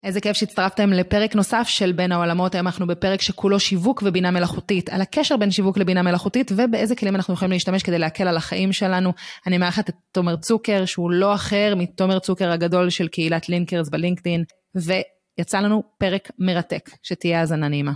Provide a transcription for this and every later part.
איזה כיף שהצטרפתם לפרק נוסף של בין העולמות. היום אנחנו בפרק שכולו שיווק ובינה מלאכותית, על הקשר בין שיווק לבינה מלאכותית, ובאיזה כלים אנחנו יכולים להשתמש כדי להקל על החיים שלנו. אני מארחת את תומר צוקר, שהוא לא אחר מתומר צוקר הגדול של קהילת לינקרס בלינקדין, ויצא לנו פרק מרתק, שתהיה האזנה נעימה.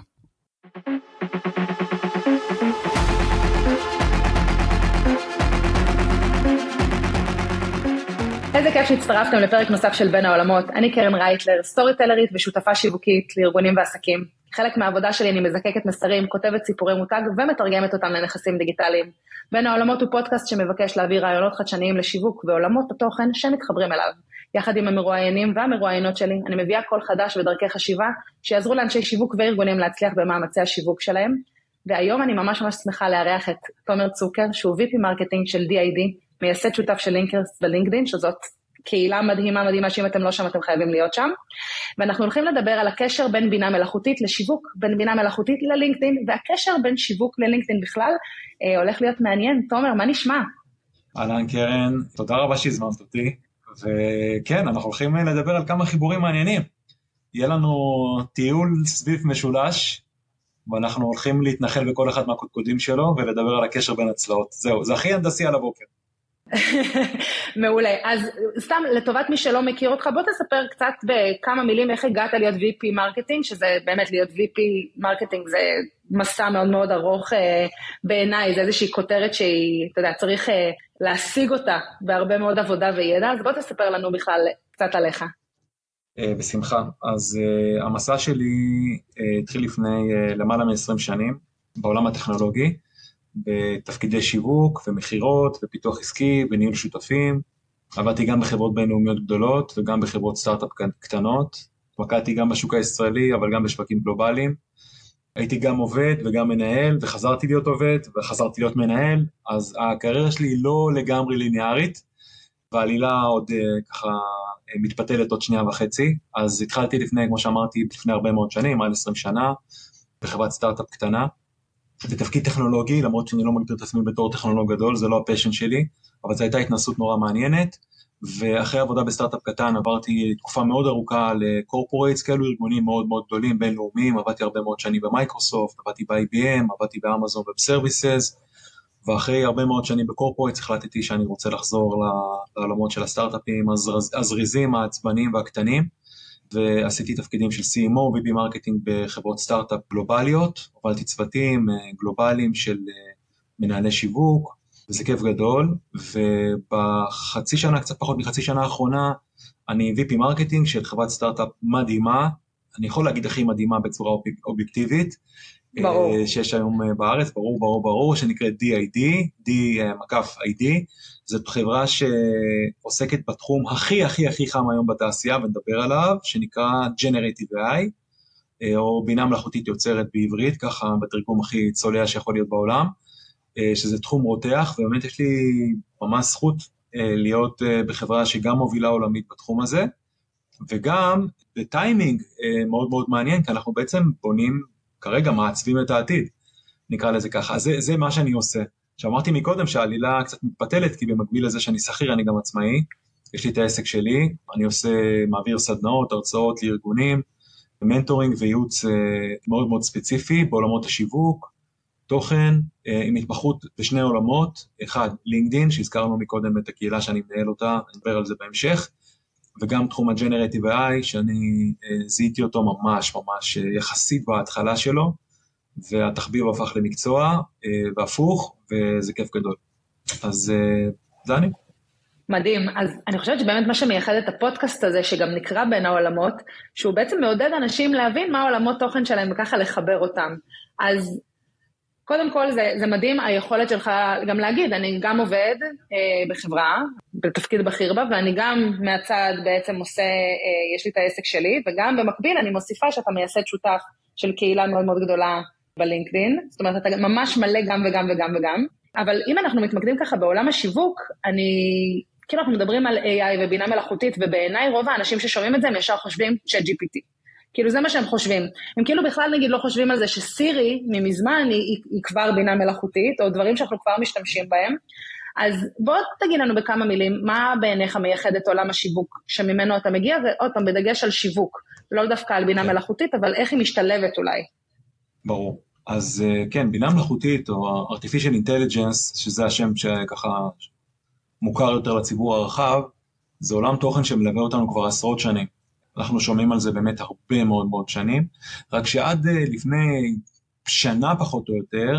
איזה כיף שהצטרפתם לפרק נוסף של בין העולמות. אני קרן רייטלר, סטורי טלרית ושותפה שיווקית לארגונים ועסקים. חלק מהעבודה שלי אני מזקקת מסרים, כותבת סיפורי מותג ומתרגמת אותם לנכסים דיגיטליים. בין העולמות הוא פודקאסט שמבקש להביא רעיונות חדשניים לשיווק ועולמות התוכן שמתחברים אליו. יחד עם המרואיינים והמרואיינות שלי, אני מביאה קול חדש ודרכי חשיבה שיעזרו לאנשי שיווק וארגונים להצליח במאמצי השיווק שלהם. והיום אני ממש שמחה לארח את תומר צוקר, שהוא VP מרקטינג של DID, מייסד שותף של לינקרס בלינקדין, שזאת קהילה מדהימה, שאם אתם לא שם, אתם חייבים להיות שם. ואנחנו הולכים לדבר על הקשר בין בינה מלאכותית לשיווק, בין בינה מלאכותית ללינקדין, והקשר בין שיווק ללינקדין בכלל, הולך להיות מעניין. תומר, מה נשמע? אהלן קרן, תודה רבה שהזמנת אותי, וכן, אנחנו הולכים לדבר על כמה חיבורים מעניינים. יהיה לנו טיול סביב משולש, ואנחנו הולכים להתנחל בכל אחד מהקודקודים שלו, ולדבר על הקשר בין הצלעות. זהו, זה הכי הנדסי על הבוקר. מעולה. אז סתם לטובת מי שלא מכיר אותך, בוא תספר קצת בכמה מילים איך הגעת להיות VP מרקטינג, שזה באמת להיות VP מרקטינג, זה מסע מאוד מאוד ארוך בעיניי, זה איזושהי כותרת שהיא, אתה יודע, צריך להשיג אותה בהרבה מאוד עבודה וידע, אז בוא תספר לנו בכלל קצת עליך. בשמחה. אז המסע שלי התחיל לפני למעלה מ-20 שנים, בעולם הטכנולוגי, בתפקידי שיווק ומחירות ופיתוח עסקי וניהול שותפים. עבדתי גם בחברות בינלאומיות גדולות וגם בחברות סטארט-אפ קטנות. התמקדתי גם בשוק הישראלי אבל גם בשווקים גלובליים. הייתי גם עובד וגם מנהל וחזרתי להיות עובד וחזרתי להיות מנהל. אז הקריירה שלי היא לא לגמרי ליניארית, והעלילה עוד ככה מתפתלת עוד 2.5 שנים. אז התחלתי לפני, כמו שאמרתי, לפני הרבה מאוד שנים, מעל 20 שנה, בחברת סטארט-אפ קטנה. זה תפקיד טכנולוגי, למרות שאני לא מגדיר את עצמי בתור טכנולוג גדול, זה לא הפשן שלי, אבל זו הייתה התנסות נורא מעניינת, ואחרי עבודה בסטארט-אפ קטן עברתי תקופה מאוד ארוכה לקורפורייטס, כאלו ארגונים מאוד מאוד גדולים, בינלאומיים, עבדתי הרבה מאוד שנים במייקרוסופט, עבדתי ב-IBM, עבדתי באמזון Web Services, ואחרי הרבה מאוד שנים בקורפורייטס החלטתי שאני רוצה לחזור לעולמות של הסטארט-אפים, הזריזים, העצבניים והקטנים, ועשיתי תפקידים של CMO ו-VP מרקטינג בחברות סטארט-אפ גלובליות, הובלתי צוותים גלובליים של מנהלי שיווק, וזה כיף גדול, ובחצי שנה, קצת פחות מחצי שנה האחרונה, אני VP מרקטינג של חברת סטארט-אפ מדהימה, אני יכול להגיד הכי מדהימה בצורה אובייקטיבית, שיש היום בארץ, ברור, שנקראת DID, זאת חברה שעוסקת בתחום הכי חם היום בתעשייה, ונדבר עליו, שנקרא Generative AI, או בינה מלאכותית יוצרת בעברית, ככה בתרגום הכי צולע שיכול להיות בעולם, שזה תחום רותח, ובאמת יש לי ממש זכות להיות בחברה שגם מובילה עולמית בתחום הזה, וגם בטיימינג מאוד מאוד מעניין, כי אנחנו בעצם בונים כרגע מעצבים את העתיד, נקרא לזה ככה. זה מה שאני עושה. שאמרתי מקודם שהעלילה קצת מתפתלת, כי במקביל לזה שאני שכיר, אני גם עצמאי, יש לי את העסק שלי, אני מעביר סדנאות, הרצאות לארגונים, מנטורינג וייעוץ מאוד מאוד ספציפי, בעולמות השיווק, תוכן, עם התמחות בשני עולמות, אחד, לינקדין, שהזכרנו מקודם את הקהילה שאני מנהל אותה, נדבר על זה בהמשך, וגם תחום ה-Generative AI, שאני זיהיתי אותו ממש יחסית בהתחלה שלו, והתחביב הפך למקצוע, והפוך, וזה כיף גדול. אז זה אני. מדהים. אז אני חושבת שבאמת מה שמייחד את הפודקאסט הזה, שגם נקרא בין העולמות, שהוא בעצם מעודד אנשים להבין מה העולמות תוכן שלהם, וככה לחבר אותם. אז קודם כל זה מדהים היכולת שלך גם להגיד, אני גם עובד בחברה, בתפקיד בכיר בה, ואני גם מהצד בעצם יש לי את העסק שלי, וגם במקביל אני מוסיפה שאתה מייסד שותף של קהילה מאוד מאוד גדולה בלינקדין, זאת אומרת אתה ממש מלא גם וגם וגם וגם, אבל אם אנחנו מתמקדים ככה בעולם השיווק, כאילו אנחנו מדברים על AI ובינה מלאכותית, ובעיניי רוב האנשים ששומעים את זה הם ישר חושבים ChatGPT. כאילו זה מה שהם חושבים. הם כאילו בכלל נגיד לא חושבים על זה שסירי ממזמן היא כבר בינה מלאכותית, או דברים שאנחנו כבר משתמשים בהם. אז בוא תגיד לנו בכמה מילים, מה בעיניך מייחד את עולם השיווק שממנו אתה מגיע, ועוד פעם בדגש על שיווק. לא דווקא על בינה מלאכותית, אבל איך היא משתלבת אולי. ברור. אז כן, בינה מלאכותית או artificial intelligence, שזה השם שככה מוכר יותר לציבור הרחב, זה עולם תוכן שמלווה אותנו כבר עשרות שנים. אנחנו שומעים על זה באמת הרבה מאוד מאוד שנים, רק שעד לפני שנה פחות או יותר,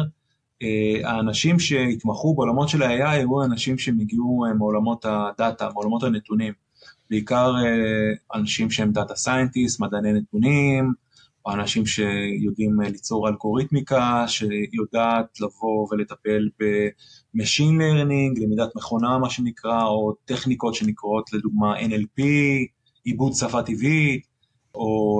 האנשים שהתמחו בעולמות של ה-AI היו אנשים שמגיעו מעולמות הדאטה, מעולמות הנתונים, בעיקר אנשים שהם דאטה סיינטיסט, מדעני נתונים, או אנשים שיודעים ליצור אלגוריתמיקה, שיודעת לבוא ולטפל ב-machine learning, למידת מכונה מה שנקרא, או טכניקות שנקראות לדוגמה NLP, עיבוד שפה טבעית, או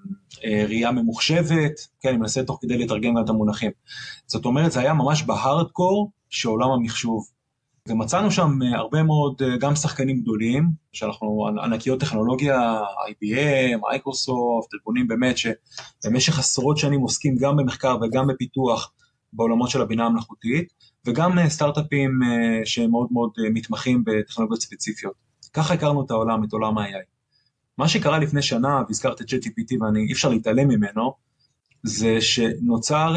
ראייה ממוחשבת, כן, אני מנסה תוך כדי לתרגם גם את המונחים. זאת אומרת, זה היה ממש בהארדקור של עולם המחשוב, ומצאנו שם הרבה מאוד גם שחקנים גדולים, שאנחנו ענקיות טכנולוגיה, IBM, מייקרוסופט, ארגונים באמת שבמשך עשרות שנים עוסקים גם במחקר וגם בפיתוח בעולמות של הבינה המלאכותית, וגם סטארט-אפים שהם מאוד מאוד מתמחים בטכנולוגיות ספציפיות. ככה הכרנו את העולם, את עולם ה-AI. מה שקרה לפני שנה, והזכרת את ChatGPT ואי אפשר להתעלם ממנו, זה שנוצר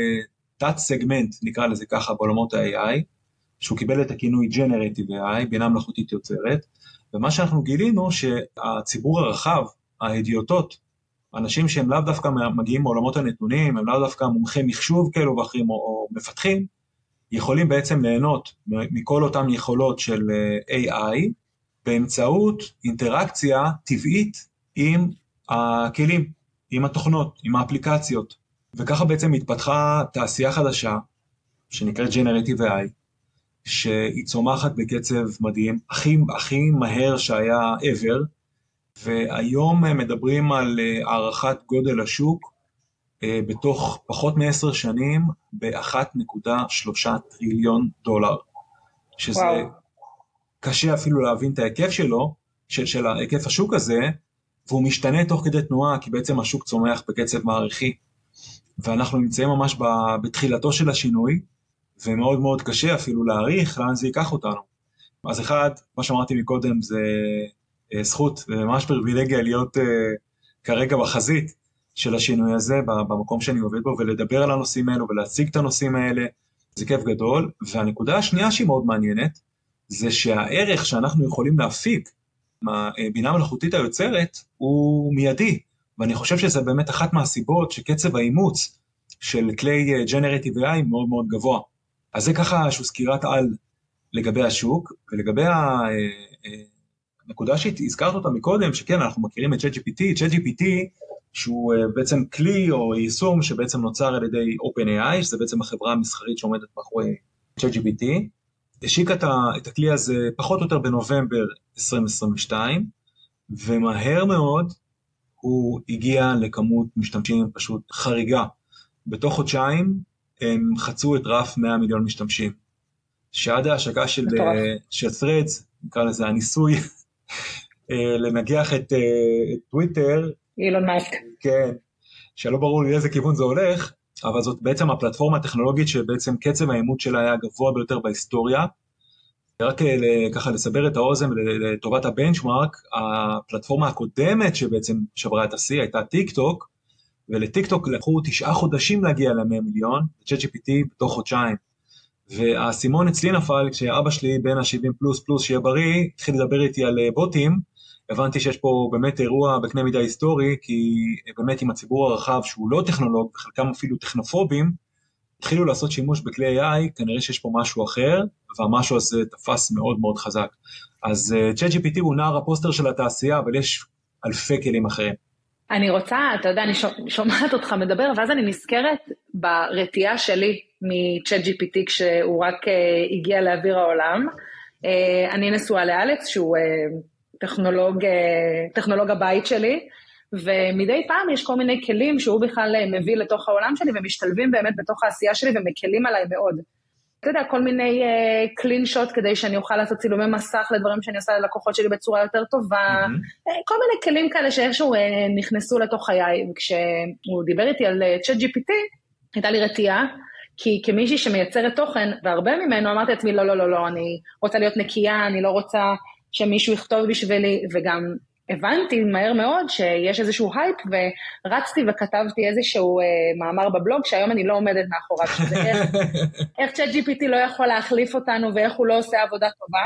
תת סגמנט, נקרא לזה ככה, בעולמות ה-AI, שהוא קיבל את הכינוי Generative AI, בינה מלאכותית יוצרת, ומה שאנחנו גילינו שהציבור הרחב, ההדיוטות, אנשים שהם לאו דווקא מגיעים מעולמות הנתונים, הם לאו דווקא מומחי מחשוב כאלו ואחרים או מפתחים, יכולים בעצם ליהנות מכל אותם יכולות של AI, באמצעות אינטראקציה טבעית עם הכלים, עם התוכנות, עם האפליקציות, וככה בעצם התפתחה תעשייה חדשה, שנקראת Generative AI, שהיא צומחת בקצב מדהים, הכי מהר שהיה ever, והיום מדברים על הערכת גודל השוק, בתוך פחות מ10 שנים, ב$1.3 טריליון, שזה קשה אפילו להבין את ההיקף שלו, של ההיקף השוק הזה, והוא משתנה תוך כדי תנועה, כי בעצם השוק צומח בקצב מעריכי, ואנחנו נמצאים ממש בתחילתו של השינוי, ומאוד מאוד קשה אפילו להעריך לאן זה ייקח אותנו. אז אחד, מה שאמרתי מקודם, זה זכות, ממש פריבילגיה להיות כרגע בחזית של השינוי הזה, במקום שאני עובד בו, ולדבר על הנושאים האלו, ולהציג את הנושאים האלה, זה כיף גדול. והנקודה השנייה שהיא מאוד מעניינת, זה שהערך שאנחנו יכולים להפיק, מהבינה מלאכותית היוצרת, הוא מיידי, ואני חושב שזה באמת אחת מהסיבות שקצב האימוץ של כלי Generative AI מאוד מאוד גבוה. אז זה ככה איזושהי סקירת על לגבי השוק, ולגבי הנקודה שהזכרת אותה מקודם, שכן, אנחנו מכירים את ChatGPT, שהוא בעצם כלי או יישום שבעצם נוצר על ידי OpenAI, שזה בעצם החברה המסחרית שעומדת מאחורי ChatGPT, השיקה את הכלי הזה פחות או יותר בנובמבר 2022, ומהר מאוד הוא הגיע לכמות משתמשים פשוט חריגה. בתוך חודשיים הם חצו את רף 100 מיליון משתמשים, שעד ההשקה של Threads, נקרא לזה הניסוי, לנגח את טוויטר, אילון מאסק. כן, שלא ברור לי איזה כיוון זה הולך, אבל זאת בעצם הפלטפורמה הטכנולוגית שבעצם קצב האימות שלה היה גבוה ביותר בהיסטוריה. רק ככה לסבר את האוזן לטובת הבנצ'מרק, הפלטפורמה הקודמת שבעצם שברה את השיא הייתה טיק טוק, ולטיק טוק לקחו 9 חודשים להגיע ל100 מיליון, ל-ChatGPT בתוך חודשיים. והסימון אצלי נפל, כשאבא שלי בין ה-70 פלוס שיהיה בריא, התחיל לדבר איתי על בוטים, הבנתי שיש פה באמת אירוע בקנה מידה היסטורי, כי באמת עם הציבור הרחב שהוא לא טכנולוג, וחלקם אפילו טכנופובים, התחילו לעשות שימוש בכלי AI, כנראה שיש פה משהו אחר, והמשהו הזה תפס מאוד מאוד חזק. אז ChatGPT הוא נער הפוסטר של התעשייה, אבל יש אלפי כלים אחרים. אני רוצה, אתה יודע, אני שומעת אותך מדבר, ואז אני נזכרת ברתיעה שלי מ-ChatGPT, כשהוא רק הגיע לאוויר העולם. אני נשואה לאלכס, שהוא טכנולוג הבית שלי, ומדי פעם יש כל מיני כלים שהוא בכלל מביא לתוך העולם שלי, ומשתלבים באמת בתוך העשייה שלי, ומקלים עליי מאוד. אתה יודע, כל מיני קלין שוט, כדי שאני אוכל לעשות צילומי מסך לדברים שאני עושה ללקוחות שלי בצורה יותר טובה, כל מיני כלים כאלה שאיכשהו נכנסו לתוך חיי, וכשהוא דיבר איתי על ChatGPT, הייתה לי רתיעה, כי כמישהי שמייצרת תוכן, והרבה ממנו אמרתי לעצמי, לא, אני רוצה להיות נקייה, אני לא רוצה שמישהו יכתוב בשבילי, וגם הבנתי מהר מאוד שיש איזשהו הייפ, ורצתי וכתבתי איזשהו מאמר בבלוג, שהיום אני לא עומדת מאחוריו, שזה איך ChatGPT לא יכול להחליף אותנו, ואיך הוא לא עושה עבודה טובה.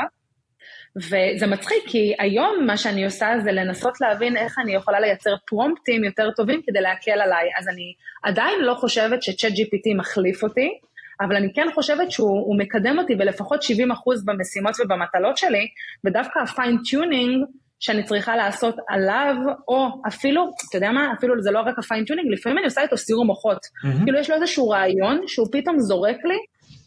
וזה מצחיק, כי היום מה שאני עושה זה לנסות להבין איך אני יכולה לייצר פרומפטים יותר טובים כדי להקל עליי. אז אני עדיין לא חושבת ש-ChatGPT מחליף אותי, אבל אני כן חושבת שהוא מקדם אותי בלפחות 70% במשימות ובמטלות שלי, ודווקא הפיין-טיונינג שאני צריכה לעשות עליו, או אפילו, אתה יודע מה, אפילו זה לא רק הפיין-טיונינג, לפעמים אני עושה איתו סיור מוחות. כאילו יש לו איזשהו רעיון שהוא פתאום זורק לי,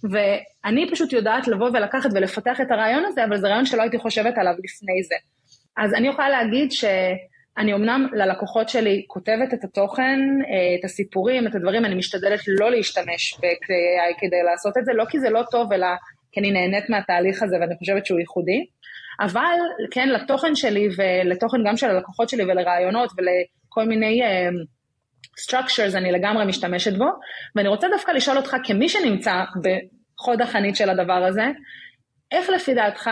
ואני פשוט יודעת לבוא ולקחת ולפתח את הרעיון הזה, אבל זה רעיון שלא הייתי חושבת עליו לפני זה. אז אני יכולה להגיד שאני אמנם ללקוחות שלי כותבת את התוכן, את הסיפורים, את הדברים, אני משתדלת לא להשתמש ב-AI כדי לעשות את זה, לא כי זה לא טוב, אלא כי אני נהנית מהתהליך הזה, ואני חושבת שהוא ייחודי. אבל כן, לתוכן שלי ולתוכן גם של הלקוחות שלי ולרעיונות ולכל מיני structures אני לגמרי משתמשת בו, ואני רוצה דווקא לשאול אותך כמי שנמצא בחוד החנית של הדבר הזה, איך לפי דעתך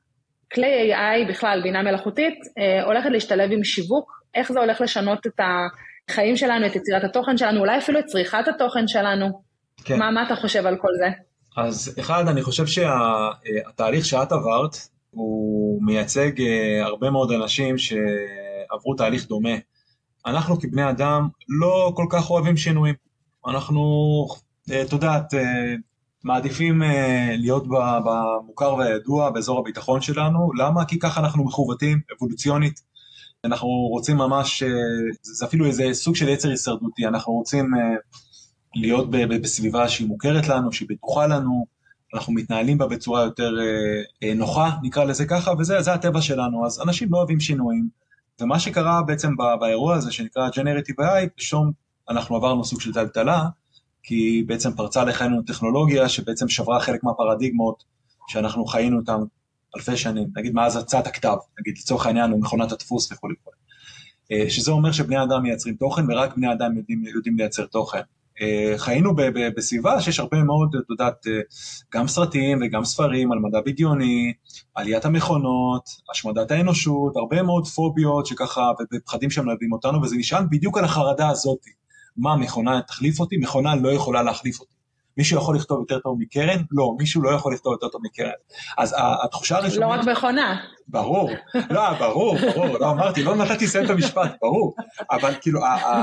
כלי AI בכלל, בינה מלאכותית, הולכת להשתלב עם שיווק, איך זה הולך לשנות את החיים שלנו, את יצירת התוכן שלנו, אולי אפילו את צריכת התוכן שלנו, כן. מה אתה חושב על כל זה? אז אחד, אני חושב שהתהליך שאת עברת, הוא מייצג הרבה מאוד אנשים שעברו תהליך דומה. אנחנו כבני אדם לא כל כך אוהבים שינויים. אנחנו, את יודעת, מעדיפים להיות במוכר והידוע, באזור הביטחון שלנו. למה? כי ככה אנחנו מחוותים, אבולוציונית. אנחנו רוצים ממש, זה אפילו איזה סוג של יצר הישרדותי, אנחנו רוצים להיות בסביבה שהיא מוכרת לנו, שהיא בטוחה לנו, אנחנו מתנהלים בה בצורה יותר נוחה, נקרא לזה ככה, וזה הטבע שלנו. אז אנשים לא אוהבים שינויים, ומה שקרה בעצם באירוע הזה שנקרא Generative AI, פשוט אנחנו עברנו סוג של טלטלה, כי בעצם פרצה לחיינו טכנולוגיה שבעצם שברה חלק מהפרדיגמות שאנחנו חיינו אותם אלפי שנים, נגיד מאז הצעת הכתב, נגיד לצורך העניין הוא מכונת הדפוס וכו'. שזה אומר שבני אדם מייצרים תוכן, ורק בני אדם יודעים לייצר תוכן. חיינו בסביבה שיש הרבה מאוד, את יודעת, גם סרטים וגם ספרים על מדע בדיוני, עליית המכונות, השמדת האנושות, הרבה מאוד פוביות שככה, ופחדים שמלווים אותנו, וזה נשען בדיוק על החרדה הזאת. מה, מכונה תחליף אותי? מכונה לא יכולה להחליף אותי. מישהו יכול לכתוב יותר טוב מקרן? לא, מישהו לא יכול לכתוב יותר טוב מקרן. אז התחושה הראשונה... לא רק מכונה. ברור, ברור, לא אמרתי, לא נתתי לסיים את המשפט, ברור. אבל כאילו,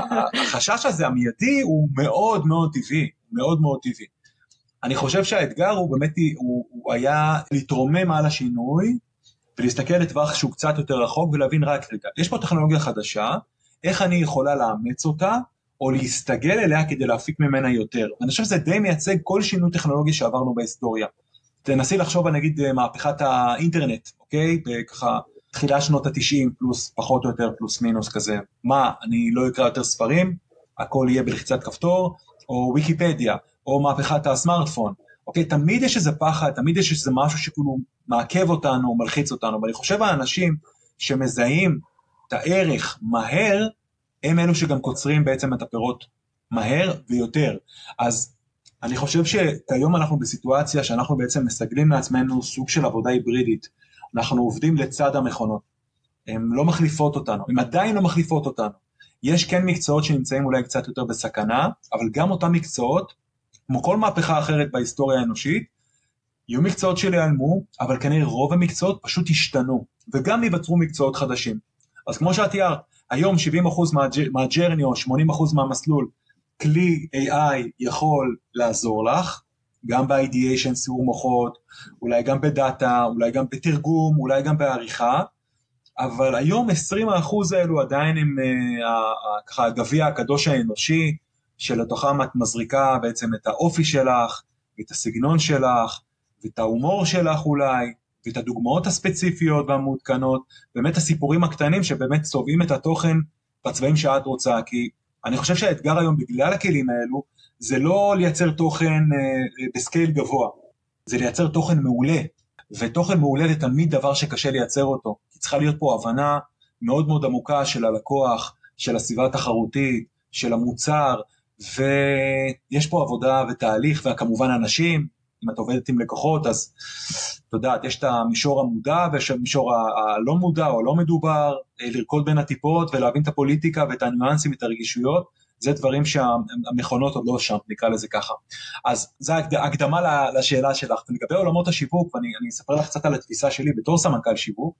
החשש הזה, המיידי, הוא מאוד מאוד טבעי, מאוד מאוד טבעי. אני חושב שהאתגר הוא באמת, הוא היה להתרומם על השינוי, ולהסתכל לטווח שהוא קצת יותר רחוק, ולהבין רק רגע, יש פה טכנולוגיה חדשה, איך אני יכולה לאמץ אותה, או להסתגל אליה כדי להפיק ממנה יותר. אני חושב שזה די מייצג כל שינוי טכנולוגי שעברנו בהיסטוריה. תנסי לחשוב על נגיד מהפכת האינטרנט, אוקיי? בככה תחילת שנות ה-90 פלוס, פחות או יותר פלוס מינוס כזה. מה, אני לא אקרא יותר ספרים, הכל יהיה בלחיצת כפתור, או ויקיפדיה, או מהפכת הסמארטפון. אוקיי, תמיד יש איזה פחד, תמיד יש איזה משהו שכאילו מעכב אותנו, מלחיץ אותנו, ואני חושב האנשים שמזהים את הערך מהר, הם אלו שגם קוצרים בעצם את הפירות מהר ויותר. אז אני חושב שכיום אנחנו בסיטואציה שאנחנו בעצם מסגלים לעצמנו סוג של עבודה היברידית. אנחנו עובדים לצד המכונות. הן לא מחליפות אותנו, הן עדיין לא מחליפות אותנו. יש כן מקצועות שנמצאים אולי קצת יותר בסכנה, אבל גם אותם מקצועות, כמו כל מהפכה אחרת בהיסטוריה האנושית, יהיו מקצועות שיעלמו, אבל כנראה רוב המקצועות פשוט השתנו, וגם ייווצרו מקצועות חדשים. אז כמו שאת תיארת, היום 70% מהג'רני או 80% מהמסלול, כלי AI יכול לעזור לך, גם ב-ideation, סיור מוחות, אולי גם בדאטה, אולי גם בתרגום, אולי גם בעריכה, אבל היום 20% האלו עדיין הם ככה הגביע הקדוש האנושי, שלתוכם את מזריקה בעצם את האופי שלך, ואת הסגנון שלך, ואת ההומור שלך אולי, ואת הדוגמאות הספציפיות והמעודכנות, באמת הסיפורים הקטנים שבאמת צובעים את התוכן בצבעים שאת רוצה, כי אני חושב שהאתגר היום בגלל הכלים האלו, זה לא לייצר תוכן בסקייל גבוה, זה לייצר תוכן מעולה, ותוכן מעולה זה תמיד דבר שקשה לייצר אותו, כי צריכה להיות פה הבנה מאוד מאוד עמוקה של הלקוח, של הסביבה התחרותית, של המוצר, ויש פה עבודה ותהליך, וכמובן אנשים, אם את עובדת עם לקוחות, אז אתה יודעת, יש את המישור המודע, ויש המישור הלא מודע או לא מדובר, לרקוד בין הטיפות, ולהבין את הפוליטיקה ואת הניואנסים, את הרגישויות, זה דברים שהמכונות עוד לא שם, נקרא לזה ככה. אז זו הקדמה לשאלה שלך, ולגבי עולמות השיווק, ואני אספר לך קצת על התפיסה שלי, בתור סמנכ"ל שיווק,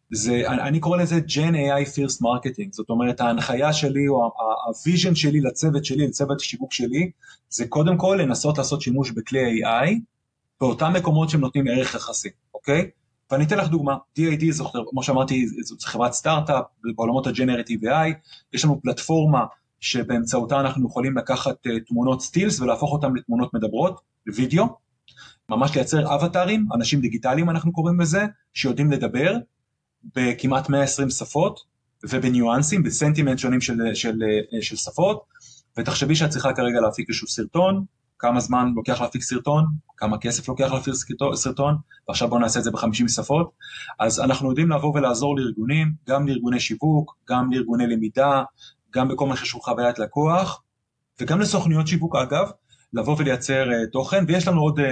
אני קורא לזה Gen AI First Marketing, זאת אומרת, ההנחיה שלי, או הוויז'ן שלי לצוות שלי, לצוות השיווק שלי, זה קודם כל לנסות לעשות שימוש בכלי AI, באותם מקומות שהם נותנים ערך יחסי, אוקיי? ואני אתן לך דוגמה, DID, כמו שאמרתי, זו חברת סטארט-אפ, בעולמות ה-Generative AI, יש לנו פלטפורמה, שבאמצעותה אנחנו יכולים לקחת תמונות סטילס, ולהפוך אותם לתמונות מדברות, לוידאו, ממש לייצר אבטרים, אנשים דיגיטליים אנחנו קוראים לזה, שיודעים לדבר, בכמעט 120 שפות, ובניואנסים, בסנטימנט שונים של שפות, ותחשבי שאת צריכה כרגע להפיק איזשהו סרטון, כמה זמן לוקח להפיק סרטון, כמה כסף לוקח להפיק סרטון, ועכשיו בואו נעשה את זה ב50 שפות, אז אנחנו יודעים לבוא ולעזור לארגונים, גם לארגוני שיווק, גם לארגוני למידה, גם בכל מה שקשור חוויית לקוח, וגם לסוכנויות שיווק אגב, לבוא ולייצר תוכן, ויש לנו עוד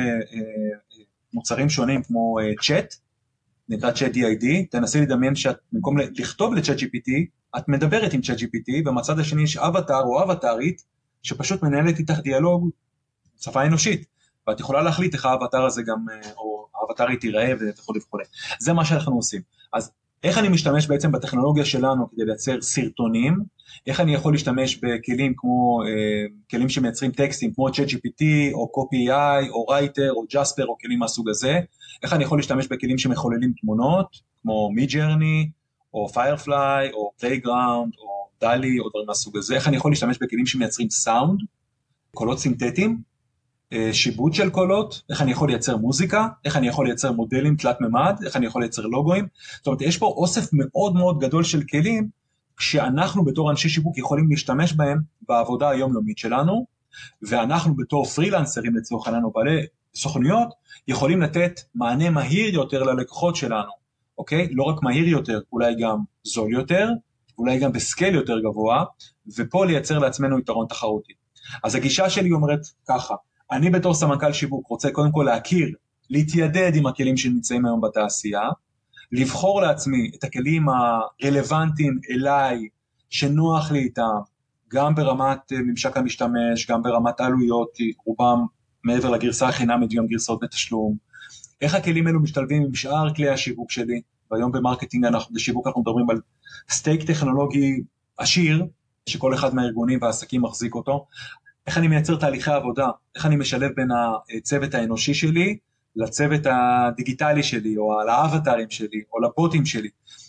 מוצרים שונים כמו צ'אט, נקרא צ'אט DID, תנסי לדמיין שאת במקום לכתוב לצ'אט GPT, את מדברת עם צ'אט GPT, ומצד השני יש אבטר או אבטרית, שפשוט מנהלת איתך דיאלוג, שפה אנושית, ואת יכולה להחליט איך האבטר הזה גם, או האבטרית תיראה וכו' וכו'. זה מה שאנחנו עושים. אז איך אני משתמש בעצם בטכנולוגיה שלנו כדי לייצר סרטונים, איך אני יכול להשתמש בכלים כמו, כלים שמייצרים טקסטים כמו ChatGPT או Copy.ai או Writer או Jasper או כלים מהסוג הזה, איך אני יכול להשתמש בכלים שמחוללים תמונות כמו Midjourney או Firefly או Playground או DALL-E או דברים מהסוג הזה, איך אני יכול להשתמש בכלים שמייצרים סאונד, קולות סינתטיים, שיבוט של קולות, איך אני יכול לייצר מוזיקה, איך אני יכול לייצר מודלים תלת ממד, איך אני יכול לייצר לוגויים, זאת אומרת, יש פה אוסף מאוד מאוד גדול של כלים, כשאנחנו בתור אנשי שיווק יכולים להשתמש בהם בעבודה היומיומית שלנו, ואנחנו בתור פרילנסרים לצורך העניין או בעלי סוכנויות, יכולים לתת מענה מהיר יותר ללקוחות שלנו, אוקיי? לא רק מהיר יותר, אולי גם זול יותר, אולי גם בסקייל יותר גבוה, ופה לייצר לעצמנו יתרון תחרותי. אז הגישה שלי אומרת ככה, אני בתור סמנכ"ל שיווק רוצה קודם כל להכיר, להתיידד עם הכלים שנמצאים היום בתעשייה, לבחור לעצמי את הכלים הרלוונטיים אליי, שנוח לי איתם, גם ברמת ממשק המשתמש, גם ברמת העלויות, כי רובם מעבר לגרסה החינמית גם גרסאות בתשלום, איך הכלים האלו משתלבים עם שאר כלי השיווק שלי, והיום במרקטינג בשיווק אנחנו מדברים על סטייק טכנולוגי עשיר, שכל אחד מהארגונים והעסקים מחזיק אותו, איך אני מייצר תהליכי עבודה, איך אני משלב בין הצוות האנושי שלי, לצוות הדיגיטלי שלי, או לאבטרים שלי, או לבוטים שלי.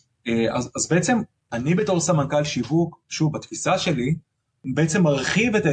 אז בעצם, אני בתור סמנכ"ל שיווק, שוב, בתפיסה שלי, בעצם מרחיב את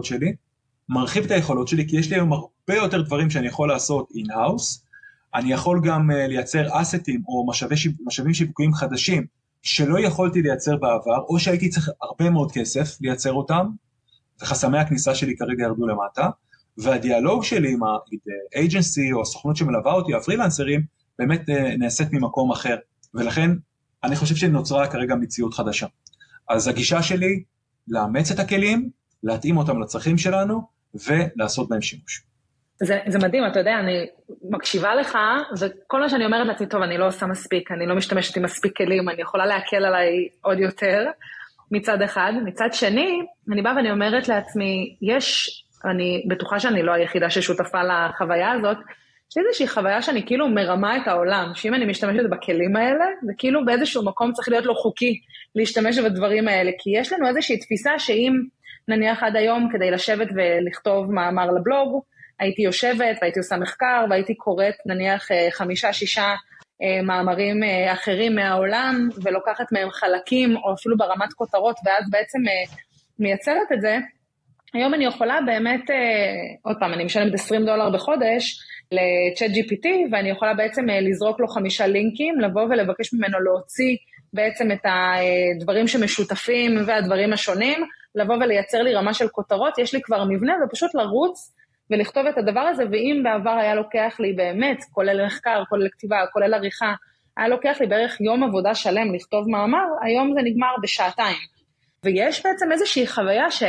היכולות שלי, כי יש לי היום הרבה יותר דברים שאני יכול לעשות in-house, אני יכול גם לייצר אסטים, או משאבים שיווקיים חדשים, שלא יכולתי לייצר בעבר, או שהייתי צריך הרבה מאוד כסף לייצר אותם, וחסמי הכניסה שלי כרגע ירדו למטה, והדיאלוג שלי עם האג'נסי או הסוכנות שמלווה אותי, הפרילנסרים, באמת נעשית ממקום אחר, ולכן אני חושב שנוצרה כרגע מציאות חדשה. אז הגישה שלי, לאמץ את הכלים, להתאים אותם לצרכים שלנו, ולעשות בהם שימוש. זה מדהים, אתה יודע, אני מקשיבה לך, וכל מה שאני אומרת לעצמי, טוב, אני לא עושה מספיק, אני לא משתמשת עם מספיק כלים, אני יכולה להקל עליי עוד יותר, מצד אחד. מצד שני, אני באה ואני אומרת לעצמי, אני בטוחה שאני לא היחידה ששותפה לחוויה הזאת, יש לי איזושהי חוויה שאני כאילו מרמה את העולם, שאם אני משתמשת בכלים האלה, זה כאילו באיזשהו מקום צריך להיות לו חוקי להשתמש בדברים האלה, כי יש לנו איזושהי תפיסה שאם נניח עד היום כדי לשבת ולכתוב מאמר לבלוג, הייתי יושבת והייתי עושה מחקר, והייתי קוראת נניח 5-6 מאמרים אחרים מהעולם, ולוקחת מהם חלקים, או אפילו ברמת כותרות, ואז בעצם מייצרת את זה. היום אני יכולה באמת, עוד פעם, אני משלמת $20 בחודש לצ'אט GPT, ואני יכולה בעצם לזרוק לו 5 לינקים, לבוא ולבקש ממנו להוציא בעצם את הדברים שמשותפים והדברים השונים, לבוא ולייצר לי רמה של כותרות, יש לי כבר מבנה, ופשוט לרוץ ולכתוב את הדבר הזה, ואם בעבר היה לוקח לי באמת, כולל מחקר, כולל כתיבה, כולל עריכה, היה לוקח לי בערך יום עבודה שלם לכתוב מאמר, היום זה נגמר בשעתיים. ויש בעצם איזושהי חוויה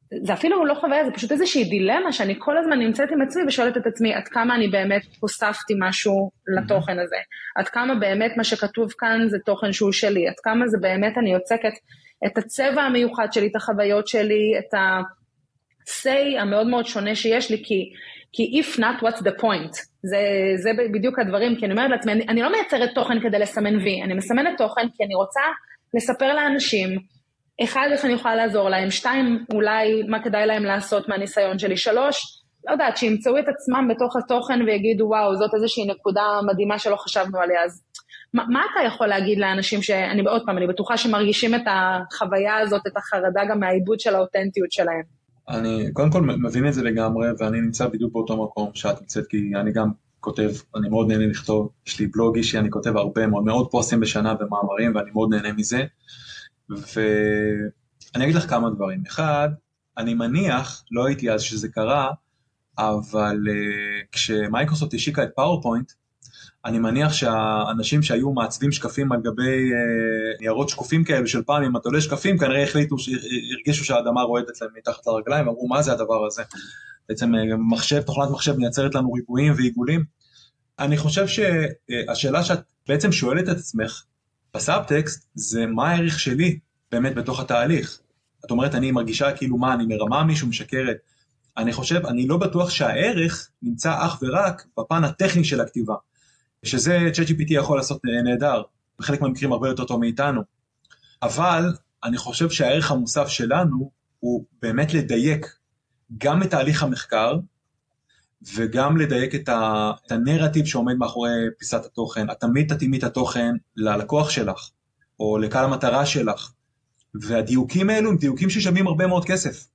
זה אפילו לא חוויה, זה פשוט איזושהי דילמה שאני כל הזמן נמצאת עם עצמי ושואלת את עצמי, עד כמה אני באמת הוספתי משהו לתוכן הזה, עד כמה באמת מה שכתוב כאן זה תוכן שהוא שלי, עד כמה זה באמת אני יוצקת את הצבע המיוחד שלי, את החוויות שלי, את ה-say המאוד מאוד שונה שיש לי, כי if not, what's the point? זה בדיוק הדברים, כי אני אומרת לעצמי, אני לא מייצרת תוכן כדי לסמן וי, אני מסמנת תוכן כי אני רוצה לספר לאנשים, אחד, איך אני יכולה לעזור להם, שתיים, אולי מה כדאי להם לעשות מהניסיון שלי, שלוש, לא יודעת, שימצאו את עצמם בתוך התוכן ויגידו, וואו, זאת איזושהי נקודה מדהימה שלא חשבנו עליה, אז מה אתה יכול להגיד לאנשים שאני עוד פעם, אני בטוחה שמרגישים את החוויה הזאת, את החרדה גם מהעיבוד של האותנטיות שלהם? אני קודם כל מבין את זה לגמרי, ואני נמצא בדיוק באותו מקום שאת נמצאת, כי אני גם כותב, אני מאוד נהנה לכתוב, יש לי בלוג אישי, אני כותב הרבה מאוד, מאות פוסטים בשנה ומאמרים, ואני מאוד נהנה מזה, ואני אגיד לך כמה דברים. אחד, אני מניח, לא הייתי אז שזה קרה, אבל כשמייקרוסופט השיקה את פאורפוינט, אני מניח שהאנשים שהיו מעצבים שקפים על גבי ניירות שקופים כאלו של פעם, אם אתה עולה שקפים, כנראה הרגישו שהאדמה רועדת להם מתחת לרגליים, אמרו, מה זה הדבר הזה? בעצם תוכנת מחשב מייצרת לנו ריבועים ועיגולים. אני חושב שהשאלה שאת בעצם שואלת את עצמך, בסאבטקסט, זה מה הערך שלי באמת בתוך התהליך. את אומרת, אני מרגישה כאילו מה, אני מרמה מישהו, משקרת. אני חושב, אני לא בטוח שהערך נמצא אך ורק בפן הטכני של הכתיבה. שזה ChatGPT יכול לעשות נהדר, בחלק מהמקרים הרבה יותר טוב מאיתנו. אבל אני חושב שהערך המוסף שלנו הוא באמת לדייק גם את תהליך המחקר, וגם לדייק את הנרטיב שעומד מאחורי פיסת התוכן. את תמיד תתאימי את התוכן ללקוח שלך, או לקהל המטרה שלך. והדיוקים האלו הם דיוקים ששווים הרבה מאוד כסף.